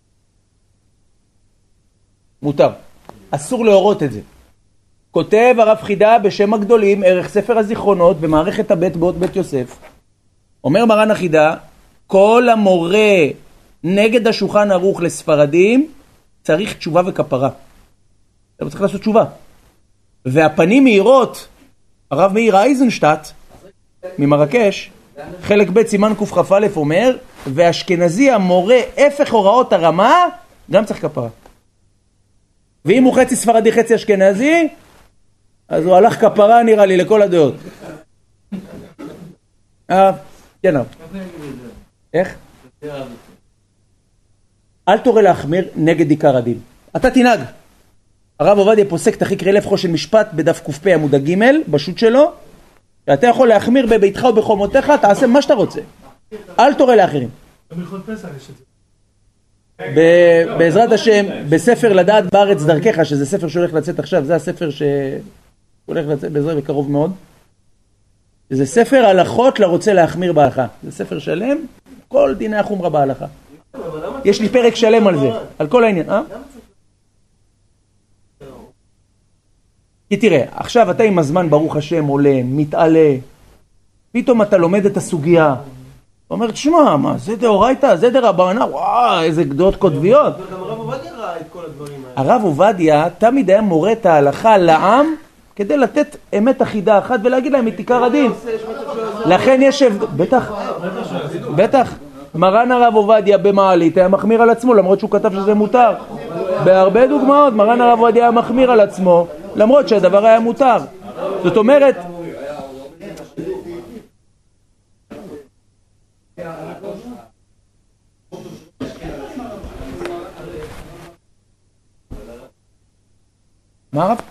מותר. אסור להורות את זה. כותב הרב חידה בשם הגדולים, ערך ספר הזיכרונות במערכת הבית באות בית יוסף. אומר מרן החידה, כל המורה נגד השולחן ערוך לספרדים, צריך תשובה וכפרה. אתה צריך לעשות תשובה. והפנים מהירות, הרב מאיר אייזנשטט, ממרקש, חלק ב' סימן קכ"א אומר, והאשכנזי המורה הפך הוראות הרמה, גם צריך כפרה. ואם הוא חצי ספרדי חצי אשכנזי, אז הוא הלך כפרה נראה לי לכל הדעות. כן, איך? אל תורה להחמיר נגד עיקר הדין. אתה תנהג. הרב עובדיה פוסק תחיקרי לב חושן משפט בדף ק"פ עמוד ג' בשו"ת שלו, שאתה יכול להחמיר בביתך ובחומותיך, תעשה מה שאתה רוצה. אל תורה לאחרים. במלכות פסח יש את זה. בעזרת השם, בספר לדעת בארץ דרכך, שזה ספר שהולך לצאת עכשיו, זה הספר שהולך לצאת בעזרת בקרוב מאוד. זה ספר הלכות לרוצה להחמיר בהלכה. זה ספר שלם, כל דיני החומרה בהלכה. יש לי פרק שלם על זה, על כל העניין. כי תראה, עכשיו אתה עם הזמן ברוך השם עולה, מתעלה, פתאום אתה לומד את הסוגיה. הוא אומר, תשמע, מה, זה דאורייתא, זה דרבנן, וואו, איזה גדות קוטביות. גם הרב עובדיה ראה את כל הדברים האלה. הרב עובדיה תמיד היה מורה את ההלכה לעם, כדי לתת אמת אחידה אחת ולהגיד להם את עיקר הדין. לכן יש בטח, מרן הרב עובדיה במעלית היה מחמיר על עצמו, למרות שהוא כתב שזה מותר. בהרבה דוגמאות, מרן הרב עובדיה היה מחמיר על עצמו, למרות שהדבר היה מותר. זאת אומרת, מה הרב?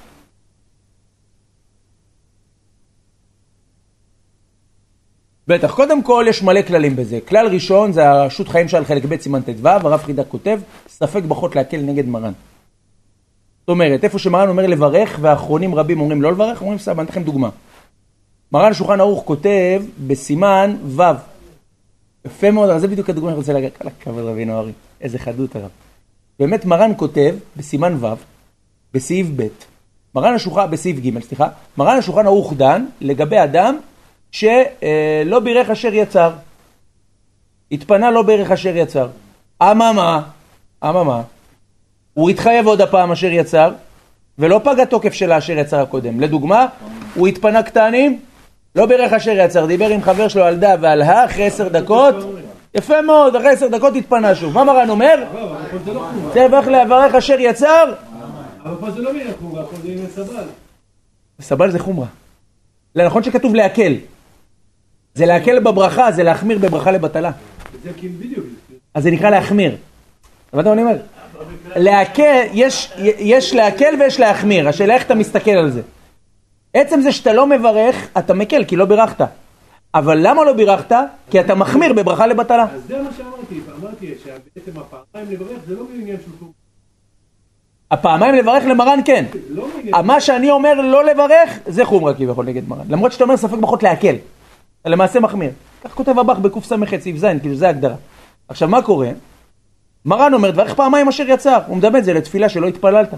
בטח, קודם כל יש מלא כללים בזה. כלל ראשון זה השו"ת חיים של חלק ב' סימן ט"ו, הרב חידה כותב, ספק ברכות להקל נגד מרן. זאת אומרת, איפה שמרן אומר לברך, והאחרונים רבים אומרים לא לברך, אומרים סבא, אני אתכם דוגמה. מרן שולחן ערוך כותב בסימן ו'. יפה מאוד, אבל זה בדיוק הדוגמה שאני רוצה להגיד, כל הכבוד רבינו ארי, איזה חדות הרב. באמת מרן כותב בסימן ו', בסעיף ב', בסעיף ג', סליחה, מרן השולחן ערוך דן לגבי אדם שלא בירך אשר יצר. התפנה לא בירך אשר יצר. אממה, הוא התחייב עוד הפעם אשר יצר, ולא פג התוקף של האשר יצר הקודם. לדוגמה, הוא התפנה קטנים, לא בירך אשר יצר, דיבר עם חבר שלו על דה ועל ה, אחרי 10 דקות, יפה מאוד, אחרי 10 דקות התפנה שוב. מה מרן אומר? צריך לברך אשר יצר. אבל פה זה לא מילה חומרה, פה זה סבל. סבל זה חומרה. נכון שכתוב להקל. זה להקל בברכה, זה להחמיר בברכה לבטלה. זה כאילו בדיוק. אז זה נקרא להחמיר. אבל אתה אומר, להקל, יש להקל ויש להחמיר. השאלה איך אתה מסתכל על זה. עצם זה שאתה לא מברך, אתה מקל, כי לא בירכת. אבל למה לא בירכת? כי אתה מחמיר בברכה לבטלה. אז זה מה שאמרתי. אמרתי שבעצם הפעמיים לברך זה לא בעניין של חומרה. הפעמיים לברך למרן כן. מה שאני אומר לא לברך זה חומרה כביכול נגד מרן. למרות שאתה אומר ספק ברכות להקל. למעשה מחמיר. כך כותב הבח בקוף סמך סעיף זין, כאילו זה הגדרה. עכשיו מה קורה? מרן אומר דברך פעמיים אשר יצר. הוא מדמה את זה לתפילה שלא התפללת.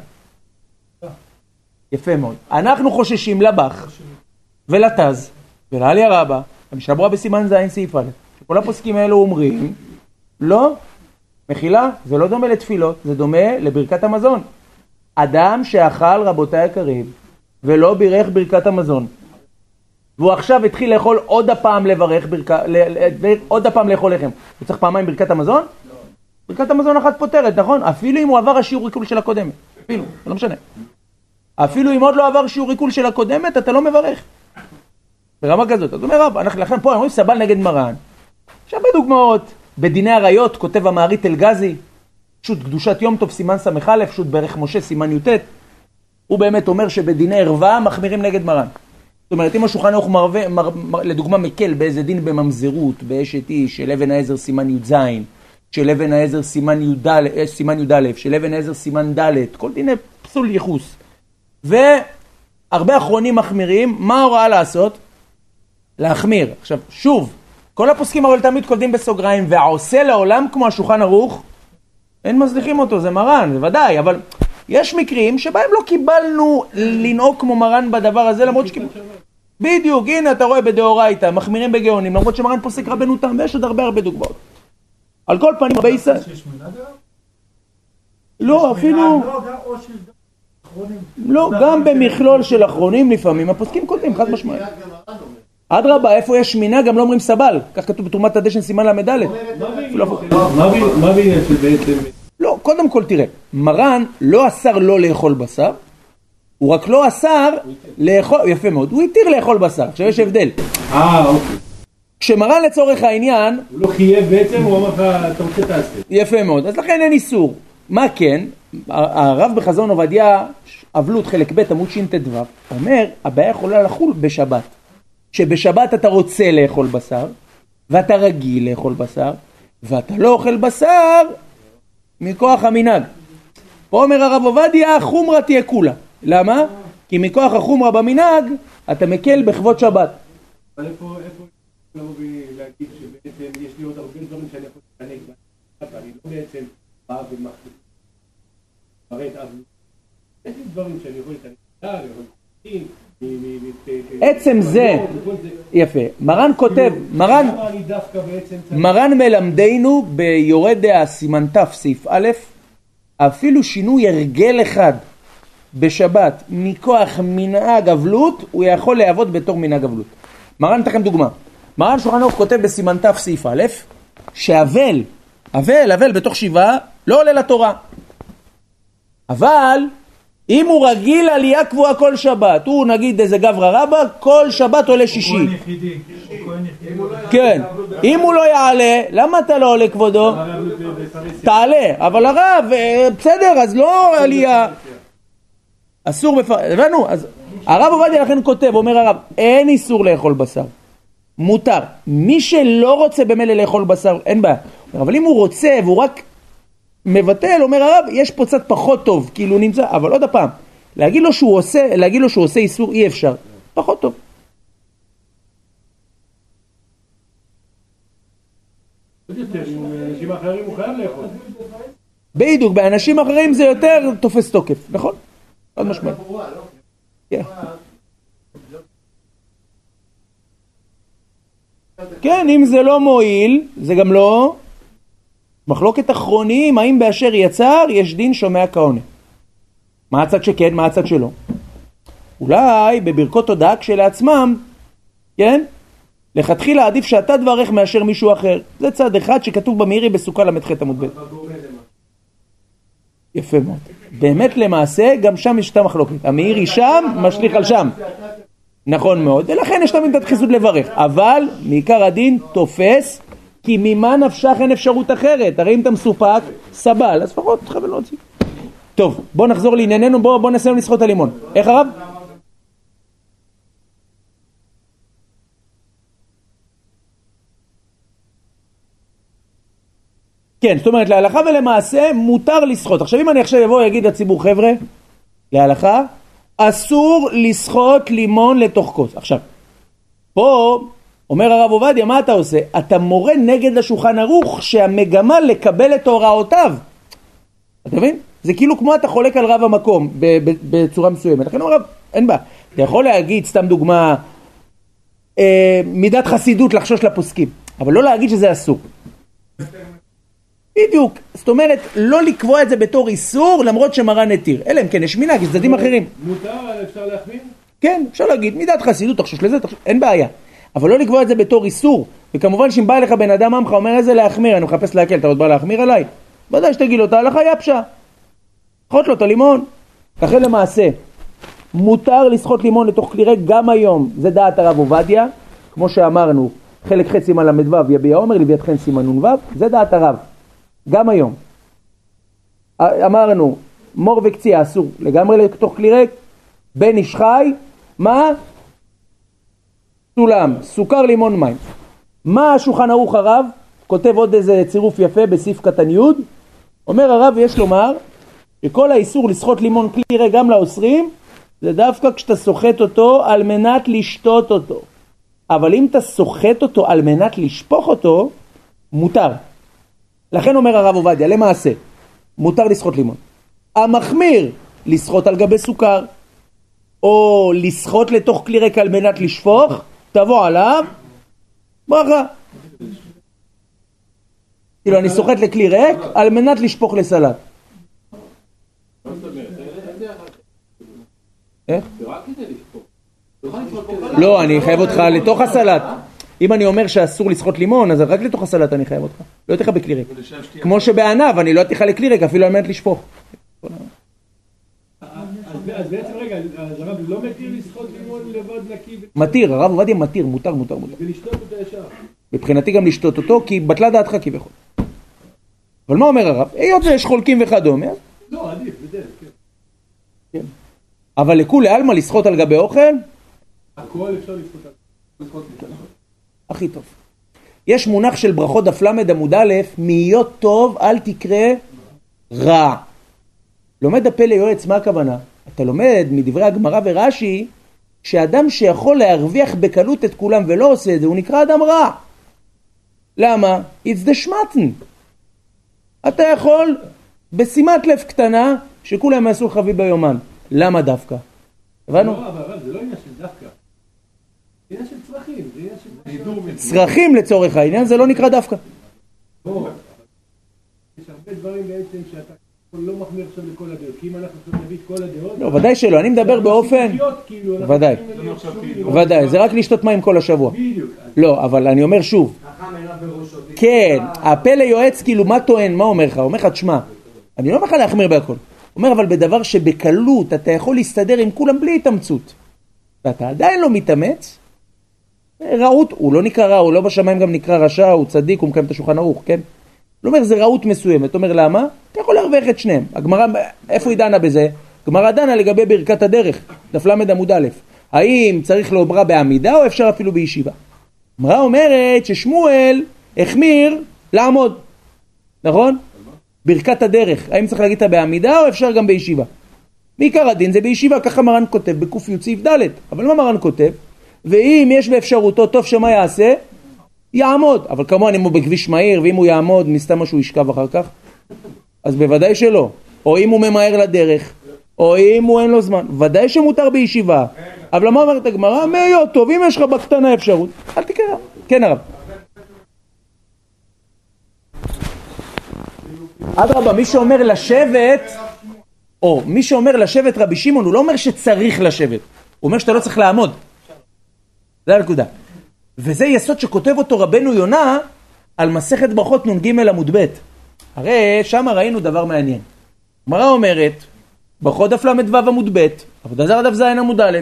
יפה מאוד. אנחנו חוששים לבח ולתז ולעליה רבה, המשנה ברורה בסימן זין סעיף א', שכל הפוסקים האלו אומרים לא, מחילה, זה לא דומה לתפילות, זה דומה לברכת המזון. אדם שאכל רבותי היקרים ולא בירך ברכת המזון, והוא עכשיו התחיל לאכול עוד הפעם לברך, עוד הפעם לאכול לחם, הוא צריך פעמיים ברכת המזון? לא. ברכת המזון אחת פותרת, נכון? אפילו אם הוא עבר השיעור עיכול של הקודמת, אפילו, זה לא משנה. אפילו אם עוד לא עבר שיעור עיכול של הקודמת, אתה לא מברך. ברמה כזאת, אז אומר רב, לכן פה אומרים סבל נגד מרן. יש הרבה דוגמאות. בדיני עריות כותב המערית אלגזי, שו"ת קדושת יום טוב סימן ס"א, שו"ת ברך משה סימן י"ט. הוא באמת אומר שבדיני ערווה מחמירים נגד מרן. זאת אומרת, אם השולחן ערוך לדוגמה מקל באיזה דין בממזרות, באשת איש, של אבן העזר סימן י"ז, של אבן העזר סימן י"א, של אבן העזר סימן ד', כל דיני פסול ייחוס. והרבה אחרונים מחמירים, מה ההוראה לעשות? להחמיר. עכשיו, שוב, כל הפוסקים אבל תמיד קודמים בסוגריים, והעושה לעולם כמו השולחן ערוך, אין מזליחים אותו, זה מרן, זה ודאי, אבל יש מקרים שבהם לא קיבלנו לנהוג כמו מרן בדבר הזה, למרות שקיבלנו. בדיוק, הנה אתה רואה בדאורייתא, מחמירים בגאונים, למרות שמרן פוסק רבנו תם, ויש עוד הרבה דוגמאות. על כל פנים, הרבה ישראל. לא, אפילו... לא, גם במכלול של אחרונים לפעמים, הפוסקים קודמים, חד משמעית. אדרבה, איפה יש מינה, גם לא אומרים סבל. כך כתוב בתרומת הדשן סימן למד'. מה בעניין של בעצם? לא, קודם כל תראה, מרן לא אסר לא לאכול בשר, הוא רק לא אסר לאכול, יפה מאוד, הוא התיר לאכול בשר, עכשיו יש הבדל. אוקיי. כשמרן לצורך העניין... הוא לא חייב בעצם, הוא אמר לך, אתה רוצה תעשה. יפה מאוד, אז לכן אין איסור. מה כן? הרב בחזון עובדיה, אבלות חלק ב' עמוד ש"ט"ו, אומר, הבעיה יכולה לחול בשבת. שבשבת אתה רוצה לאכול בשר, ואתה רגיל לאכול בשר, ואתה לא אוכל בשר מכוח המנהג. פה אומר הרב עובדיה, חומרה תהיה כולה. למה? כי מכוח החומרה במנהג, אתה מקל בכבוד שבת. אבל איפה לבוא ולהגיד שבעצם יש לי עוד הרבה דברים שאני יכול להתענג בהם, ואני לא בעצם בא ומחליט. מראה את אבלות. יש לי דברים שאני יכול להתענג, עצם זה, יפה, מרן כותב, מרן מלמדנו ביורד דעה סימן ת' סעיף א', אפילו שינוי הרגל אחד בשבת מכוח מנהג אבלות, הוא יכול לעבוד בתור מנהג אבלות. מרן נתן לכם דוגמה, מרן שולחן ערוך כותב בסימן ת' סעיף א', שאבל בתוך שבעה לא עולה לתורה, אבל אם הוא רגיל עלייה קבועה כל שבת, הוא נגיד איזה גברא רבא, כל שבת עולה שישי. כן, אם הוא לא יעלה, למה אתה לא עולה כבודו? תעלה, אבל הרב, בסדר, אז לא עלייה. אסור הבנו? אז הרב עובדיה לכן כותב, אומר הרב, אין איסור לאכול בשר. מותר. מי שלא רוצה במילא לאכול בשר, אין בעיה. אבל אם הוא רוצה והוא רק מבטל, אומר הרב, יש פה קצת פחות טוב, כאילו נמצא, אבל עוד הפעם, להגיד לו שהוא עושה איסור, אי אפשר. פחות טוב. אנשים אחרים הוא חייב לאכול. בדיוק, באנשים אחרים זה יותר תופס תוקף, נכון? עוד משמעית. כן, אם זה לא מועיל, זה גם לא מחלוקת אחרונים, האם באשר יצר יש דין שומע כעונה. מה הצד שכן, מה הצד שלא? אולי בברכות תודה כשלעצמם, כן? לכתחילה עדיף שאתה דברך מאשר מישהו אחר. זה צד אחד שכתוב במאירי בסוכה למ"ח עמוד ב'. יפה מאוד. באמת למעשה, גם שם יש את המחלוקת. המאירי שם, משליך על שם. נכון מאוד. ולכן יש תמיד את הדחיסות לברך. אבל, מעיקר הדין, תופס, כי ממה נפשך אין אפשרות אחרת. הרי אם אתה מסופק, סבל. אז לפחות תכוון להוציא. טוב, בוא נחזור לענייננו. בוא נסיים לשחות הלימון. איך הרב? כן, זאת אומרת, להלכה ולמעשה מותר לשחות. עכשיו, אם אני עכשיו יבוא ויגיד לציבור, חבר'ה, להלכה, אסור לשחות לימון לתוך כוס. עכשיו, פה אומר הרב עובדיה, מה אתה עושה? אתה מורה נגד השולחן ערוך שהמגמה לקבל את הוראותיו. אתה מבין? זה כאילו כמו אתה חולק על רב המקום בצורה מסוימת. לכן הוא רב, אין בה. אתה יכול להגיד, סתם דוגמה, מידת חסידות לחשוש לפוסקים, אבל לא להגיד שזה אסור. בדיוק, זאת אומרת, לא לקבוע את זה בתור איסור, למרות שמרן התיר. אלא אם כן, יש מנהג, יש צדדים אחרים. מותר, אפשר להחמיר? כן, אפשר להגיד, מידת חסידות, תחשוש לזה, אין בעיה. אבל לא לקבוע את זה בתור איסור. וכמובן, שאם בא אליך בן אדם עמך, אומר איזה להחמיר, אני מחפש להקל, אתה עוד בא להחמיר עליי? ודאי שתגיד לו, תהלכה יפשה. שחות לו את הלימון. לכן למעשה, מותר לשחות לימון לתוך כלי ריק גם היום. זה דעת הרב עובדיה, כמו שאמרנו, חלק ח' סימן ל"ו יביע עומר, לוויית ח' סימן נ"ו, זה דעת הרב. גם היום. אמרנו, מור וקציעה אסור לגמרי לתוך כלי ריק, בן איש חי, מה? סולם, סוכר, לימון, מים. מה השולחן ערוך הרב? כותב עוד איזה צירוף יפה בסעיף קטן י', אומר הרב, יש לומר, שכל האיסור לשחות לימון כלי ריק גם לאוסרים, זה דווקא כשאתה סוחט אותו על מנת לשתות אותו. אבל אם אתה סוחט אותו על מנת לשפוך אותו, מותר. לכן אומר הרב עובדיה, למעשה, מותר לשחות לימון. המחמיר, לשחות על גבי סוכר, או לשחות לתוך כלי ריק על מנת לשפוך, תבוא עליו, ברכה. כאילו אני סוחט לכלי ריק על מנת לשפוך לסלט. איך? לא, אני חייב אותך לתוך הסלט. אם אני אומר שאסור לשחות לימון, אז רק לתוך הסלט אני חייב אותך. לא תיך בכלי ריק. כמו שבענב, אני לא תיך לכלי ריק, אפילו על מנת לשפוך. אז בעצם רגע, אז הרב לא מתיר לשחות לימון לבד נקי? מתיר, הרב עובדיה מתיר, מותר. ולשתות אותו ישר? מבחינתי גם לשתות אותו, כי בטלה דעתך כביכול. אבל מה אומר הרב? היות שיש חולקים וכדומה. לא, עדיף, בדרך, כן. אבל לכולי עלמא לשחות על גבי אוכל? הכל אפשר לשחות. הכי טוב. יש מונח של ברכות דף למד עמוד א', מהיות טוב אל תקרא רע. לומד הפלא יועץ, מה הכוונה? אתה לומד מדברי הגמרא ורש"י, שאדם שיכול להרוויח בקלות את כולם ולא עושה את זה, הוא נקרא אדם רע. למה? It's the schmatten. אתה יכול בשימת לב קטנה שכולם יעשו חבי ביומן. למה דווקא? הבנו? לא, אבל זה לא עניין של דווקא. זה עניין של צרכים. זה עניין של צרכים לצורך העניין, זה לא נקרא דווקא. לא. יש הרבה דברים בעצם שאתה לא מחמיר עכשיו לכל הדעות. כי אם אנחנו עכשיו נביא את כל הדעות... לא, ודאי שלא. אני מדבר באופן... ודאי. ודאי. זה רק לשתות מים כל השבוע. בדיוק. לא, אבל אני אומר שוב. כן, הפלא יועץ כאילו מה טוען, מה אומר לך? אומר לך, תשמע, אני לא אומר לך להחמיר בהכל. אומר, אבל בדבר שבקלות אתה יכול להסתדר עם כולם בלי התאמצות. ואתה עדיין לא מתאמץ, רעות, הוא לא נקרא רע, הוא לא בשמיים גם נקרא רשע, הוא צדיק, הוא מקיים את השולחן ערוך, כן? הוא אומר, זה רעות מסוימת. אומר, למה? אתה יכול להרוויח את שניהם. הגמרא, איפה היא דנה בזה? גמרא דנה לגבי ברכת הדרך, דף למד עמוד א', האם צריך לומרה בעמידה או אפשר אפילו בישיבה? גמרא אומרת ששמואל החמיר לעמוד, נכון? ברכת הדרך, האם צריך להגיד אותה בעמידה או אפשר גם בישיבה? מעיקר הדין זה בישיבה, ככה מרן כותב בקוף יוצאיף ד', אבל מה מרן כותב? ואם יש באפשרותו, טוב שמה יעשה? יעמוד, אבל כמובן אם הוא בכביש מהיר ואם הוא יעמוד מסתם משהו ישכב אחר כך, אז בוודאי שלא. או אם הוא ממהר לדרך, או אם הוא אין לו זמן, ודאי שמותר בישיבה. אבל מה אומרת הגמרא? מאיות טוב, אם יש לך בקטנה אפשרות, אל תקרא. כן הרב. אדרבה, מי שאומר לשבת, או מי שאומר לשבת רבי שמעון, הוא לא אומר שצריך לשבת, הוא אומר שאתה לא צריך לעמוד. זה הנקודה. וזה יסוד שכותב אותו רבנו יונה על מסכת ברכות נ"ג עמוד ב'. הרי שם ראינו דבר מעניין. גמרא אומרת, ברכות דף ל"ו עמוד ב', עבודה זרה דף ז' עמוד א',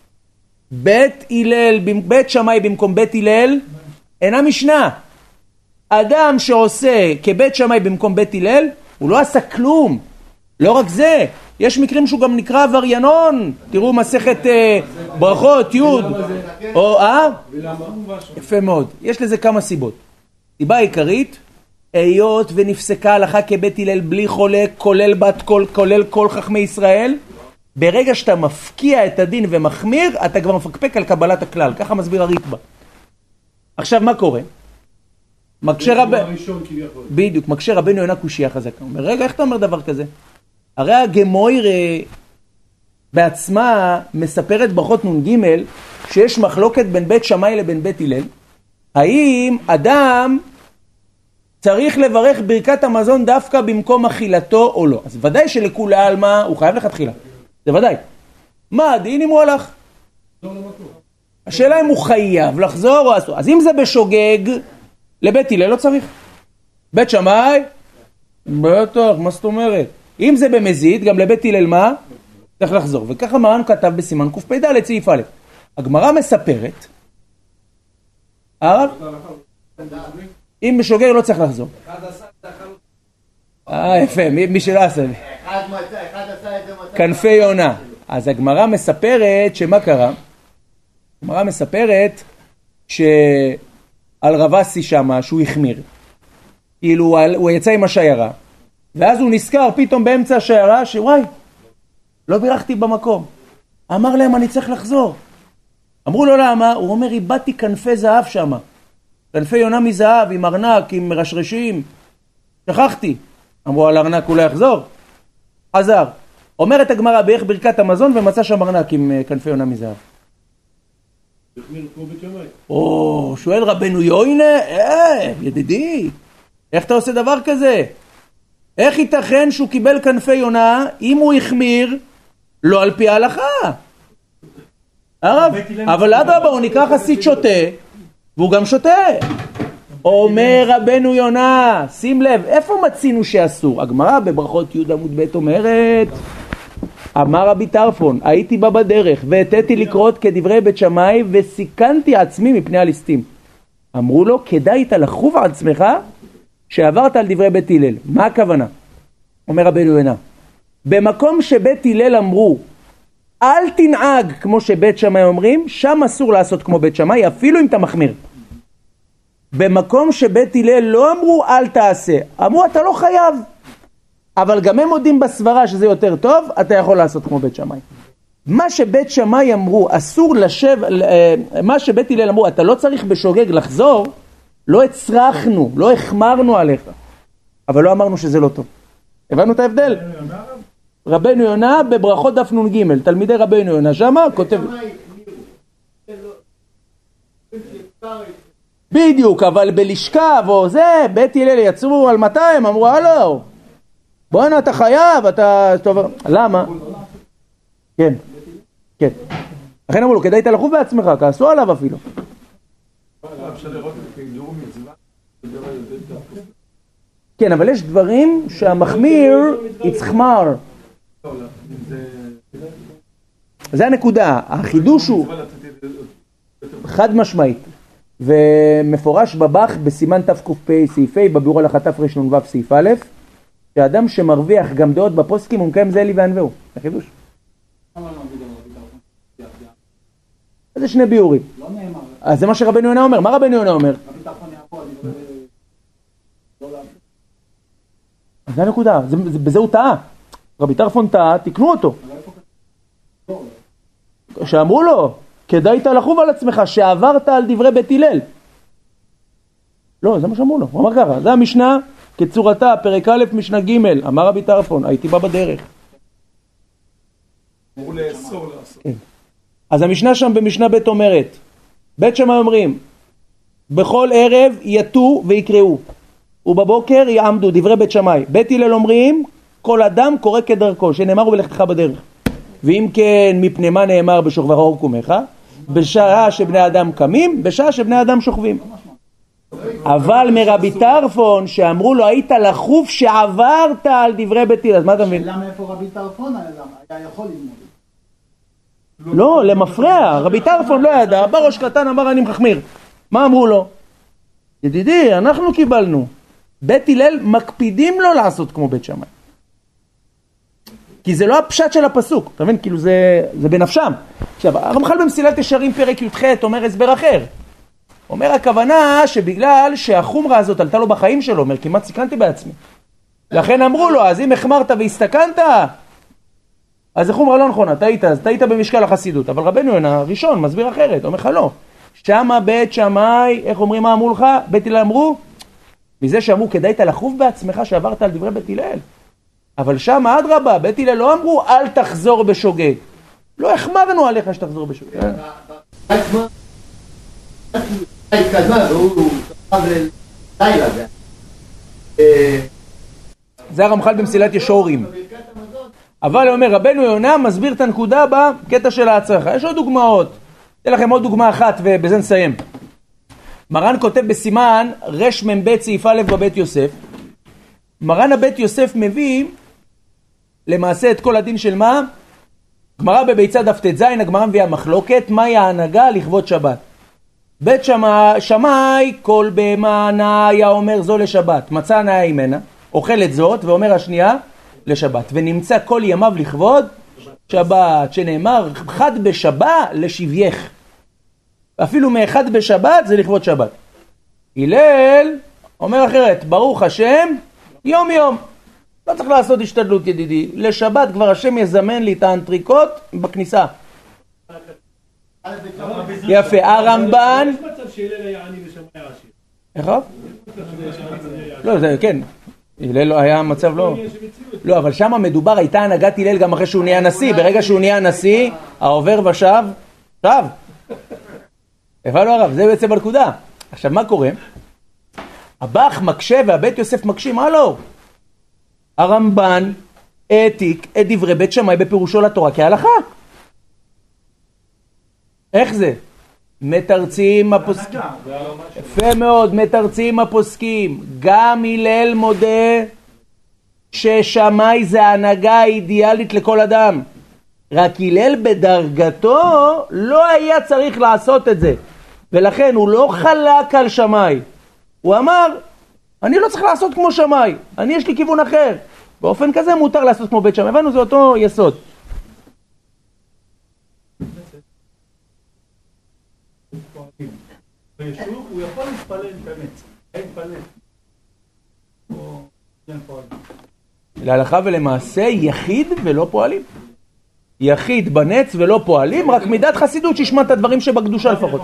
בית שמאי במקום בית הלל אינה משנה. אדם שעושה כבית שמאי במקום בית הלל, הוא לא עשה כלום. לא רק זה, יש מקרים שהוא גם נקרא עבריינון. תראו מסכת ברכות י' או יפה מאוד. יש לזה כמה סיבות. סיבה עיקרית, היות ונפסקה הלכה כבית הלל בלי חולק, כולל בת קול, כולל כל חכמי ישראל, ברגע שאתה מפקיע את הדין ומחמיר, אתה כבר מפקפק על קבלת הכלל. ככה מסביר הריטב"א. עכשיו מה קורה? בדיוק, מקשה רבנו יונה קושיה חזקה. הוא אומר, רגע, איך אתה אומר דבר כזה? הרי הגמוירה בעצמה מספרת ברכות נ"ג שיש מחלוקת בין בית שמאי לבין בית הלל. האם אדם צריך לברך ברכת המזון דווקא במקום אכילתו או לא? אז ודאי שלכולי עלמא הוא חייב לכתחילה. זה ודאי. מה הדין אם הוא הלך? השאלה אם הוא חייב לחזור או אסור. אז אם זה בשוגג, לבית הלל לא צריך. בית שמאי? בטח, מה זאת אומרת? אם זה במזיד, גם לבית הלל מה? צריך לחזור. וככה מרן כתב בסימן קפ"ד סעיף א'. הגמרא מספרת, הרב? אם בשוגג לא צריך לחזור. יפה, מי שלא עשה. כנפי יונה. אז הגמרא מספרת שמה קרה? הגמרא מספרת שעל רבסי שמה שהוא החמיר. כאילו הוא יצא עם השיירה. ואז הוא נזכר פתאום באמצע השיירה שוואי, לא בירכתי במקום. אמר להם אני צריך לחזור. אמרו לו למה? הוא אומר איבדתי כנפי זהב שמה. כנפי יונה מזהב עם ארנק, עם רשרשים. שכחתי. אמרו על ארנק הוא לא יחזור. חזר. אומרת הגמרא באיך ברכת המזון ומצא שם ארנק עם כנפי יונה מזהב. שואל רבנו יוינה, ידידי, איך אתה עושה דבר כזה? איך ייתכן שהוא קיבל כנפי יונה אם הוא החמיר לא על פי ההלכה? אבל אדרבה, הוא נקרא חסיד שוטה והוא גם שוטה. אומר רבנו יונה, שים לב, איפה מצינו שאסור? הגמרא בברכות י' עמוד ב' אומרת, אמר רבי טרפון, הייתי בה בדרך והתתי לקרות כדברי בית שמאי וסיכנתי עצמי מפני הליסטים. אמרו לו, כדאי לחוב על עצמך שעברת על דברי בית הלל. מה הכוונה? אומר רבנו יונה, במקום שבית הלל אמרו אל תנהג כמו שבית שמאי אומרים, שם אסור לעשות כמו בית שמאי אפילו אם אתה מחמיר. במקום שבית הלל לא אמרו אל תעשה, אמרו אתה לא חייב, אבל גם הם מודים בסברה שזה יותר טוב, אתה יכול לעשות כמו בית שמאי. מה שבית שמאי אמרו אסור מה שבית הלל אמרו אתה לא צריך בשוגג לחזור, לא הצרכנו, לא החמרנו עליך, אבל לא אמרנו שזה לא טוב. הבנו את ההבדל? רבנו יונה בברכות דף נ"ג, תלמידי רבנו יונה שמה כותב בדיוק, אבל בלשכב או זה, בית הלל יצרו על 200, אמרו הלו, בואנה אתה חייב, אתה טוב. למה? כן, כן. לכן אמרו לו, כדאי תלכו בעצמך, כעסו עליו אפילו. כן, אבל יש דברים שהמחמיר יצחמר. זה הנקודה, החידוש הוא חד משמעית ומפורש בבח בסימן תק"פ סעיף ה' בביאור הלכה תרנ"ו סעיף א', שאדם שמרוויח גם דעות בפוסקים הוא מקיים זה אלי וענווהו. זה חידוש. זה שני ביורים. לא נאמר. אז זה מה שרבנו יונה אומר. מה רבנו יונה אומר? הביטחון יעבור, אני לא להמשיך. זה הנקודה, בזה הוא טעה. רבי טרפון טעה, תקנו אותו. שאמרו לו, כדאית לחוב על עצמך, שעברת על דברי בית הלל. לא, זה מה שאמרו לו, הוא אמר ככה, זה המשנה כצורתה, פרק א' משנה ג', אמר רבי טרפון, הייתי בא בדרך. אמרו לאסור לעשות. כן. אז המשנה שם במשנה ב' אומרת, בית שמאי אומרים, בכל ערב יתו ויקראו, ובבוקר יעמדו, דברי בית שמאי. בית הלל אומרים, כל אדם קורא כדרכו, שנאמר ובלכתך בדרך. ואם כן, מפני מה נאמר בשוכבך אור קומך? בשעה שבני אדם קמים, בשעה שבני אדם שוכבים. אבל מרבי טרפון שאמרו לו היית לחוף שעברת על דברי בית הלל, אז מה אתה מבין? למה איפה רבי טרפון היה יכול ללמוד? לא, למפרע, רבי טרפון לא ידע, בראש קטן אמר אני מחמיר. מה אמרו לו? ידידי, אנחנו קיבלנו. בית הלל מקפידים לו לעשות כמו בית שמאי. כי זה לא הפשט של הפסוק, אתה מבין? כאילו זה בנפשם. עכשיו, הרמח"ל במסילת ישרים פרק י"ח אומר הסבר אחר. אומר הכוונה שבגלל שהחומרה הזאת עלתה לו בחיים שלו, אומר כמעט סיכנתי בעצמי. לכן אמרו לו, אז אם החמרת והסתכנת, אז זה חומרה לא נכונה, טעית במשקל החסידות. אבל רבנו יונה ראשון מסביר אחרת, אומר לך לא. שמה בית שמאי, איך אומרים מה אמרו לך? בית הלל אמרו, מזה שאמרו כדאית לחוב בעצמך שעברת על דברי בית הלל. אבל שם עד רבה, בית הלל לא אמרו אל תחזור בשוגג. לא החמרנו עליך שתחזור בשוגג. זה הרמח"ל במסילת ישרים. אבל אומר רבנו יונה מסביר את הנקודה בקטע של ההצרחה. יש עוד דוגמאות. אתן לכם עוד דוגמה אחת ובזה נסיים. מרן כותב בסימן רש מ"ב סעיף א' בבית יוסף. מרן הבית יוסף מביא למעשה את כל הדין של מה? גמרא בביצה דף ט"ז, הגמרא מביאה מחלוקת, מהי ההנהגה לכבוד שבת? בית שמאי כל בהמה נאיה אומר זו לשבת, מצא נאיה ממנה, אוכל את זאת ואומר השנייה לשבת, ונמצא כל ימיו לכבוד שבת, שנאמר חד בשבה לשבייך. אפילו מאחד בשבת זה לכבוד שבת. הלל אומר אחרת, ברוך השם יום יום. לא צריך לעשות השתדלות ידידי, לשבת כבר השם יזמן לי את האנטריקוט בכניסה. יפה, הרמב"ן. יש מצב שהלל היה עני ושמאי עשיר. איך? לא, זה כן. הלל לא היה מצב לא. לא, אבל שם מדובר, הייתה הנהגת הלל גם אחרי שהוא נהיה נשיא. ברגע שהוא נהיה נשיא, העובר ושב. איפה לא הרב? זה בעצם בנקודה. עכשיו מה קורה? הבח מקשה והבית יוסף מקשים, הלו. הרמב"ן העתיק את דברי בית שמאי בפירושו לתורה כהלכה. איך זה? מתרצים הפוסקים. יפה מאוד, מתרצים הפוסקים. גם הלל מודה ששמאי זה ההנהגה האידיאלית לכל אדם. רק הלל בדרגתו לא היה צריך לעשות את זה. ולכן הוא לא חלק על שמאי. הוא אמר, אני לא צריך לעשות כמו שמאי, אני יש לי כיוון אחר. באופן כזה מותר לעשות כמו בית שמאי. הבנו, זה אותו יסוד. ביישוב הוא יכול להתפלל באמת. אין פלל. או אין פועל. להלכה ולמעשה יחיד ולא פועלים. יחיד בנץ ולא פועלים, רק מידת חסידות שישמע את הדברים שבקדושה לפחות.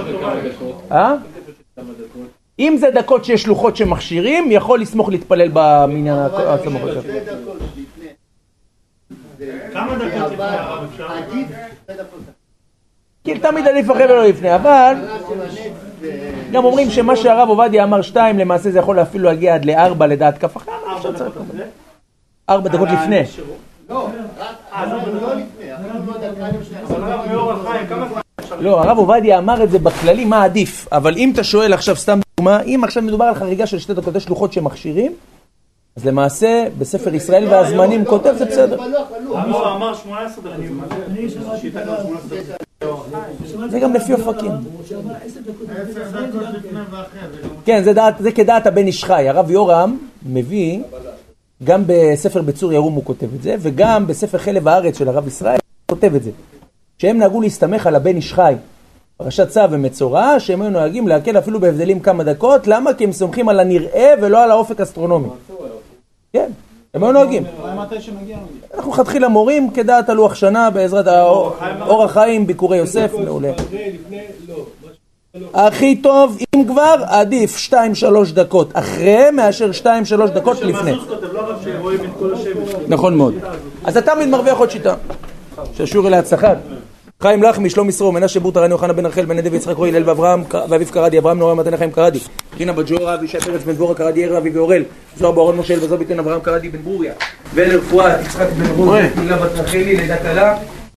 אם זה דקות שיש שלוחות שמכשירים, יכול לסמוך להתפלל במניין הסמוך. כמה דקות לפני הרב אפשר? כי תמיד עדיף אחרי ולא לפני, אבל גם אומרים שמה שהרב עובדיה אמר 2, למעשה זה יכול אפילו להגיע עד 4 לדעת כף אחרי, 4 דקות לפני. לא, לא לפני, לא, הרב עובדיה אמר את זה בכללי מה עדיף, אבל אם אתה שואל עכשיו סתם דוגמה, אם עכשיו מדובר על חריגה של 2 דקות שלוחות שמכשירים, אז למעשה בספר ישראל והזמנים כותב זה בסדר. הוא אמר 18 דקות. זה גם לפי אופקים. כן, זה כדעת הבן איש חי. הרב יורם מביא, גם בספר בצור ירום הוא כותב את זה, וגם בספר חלב הארץ של הרב ישראל הוא כותב את זה. שהם נהגו להסתמך על הבן איש חי, פרשת צו ומצורע, שהם היו נוהגים להקל אפילו בהבדלים כמה דקות. למה? כי הם סומכים על הנראה ולא על האופק אסטרונומי. כן, הם היו נוהגים. אנחנו חתחיל המורים כדעת הלוח שנה בעזרת אור החיים, ביקורי יוסף, מעולה. הכי טוב, אם כבר, עדיף 2-3 דקות אחרי מאשר 2-3 דקות לפני. נכון מאוד. אז אתה תמיד מרוויח עוד שיטה. שהשיעור אליה הצלחה. חיים לחמי, שלום ישרו, מנשה בור תרני יוחנן בן רחל בן נדב יצחק רועי הלל ואברהם ואביב קרדי, אברהם נורא מתנה חיים קרדי, רינה בת ג'ורה אבישי פרץ בן דבורה קרדי ערב אביב ואורל, זוהר באורון משה וזו ביתן אברהם קרדי בן ברוריה ולרפואת יצחק בן רוז, תהילה בת רחלי לידת עלה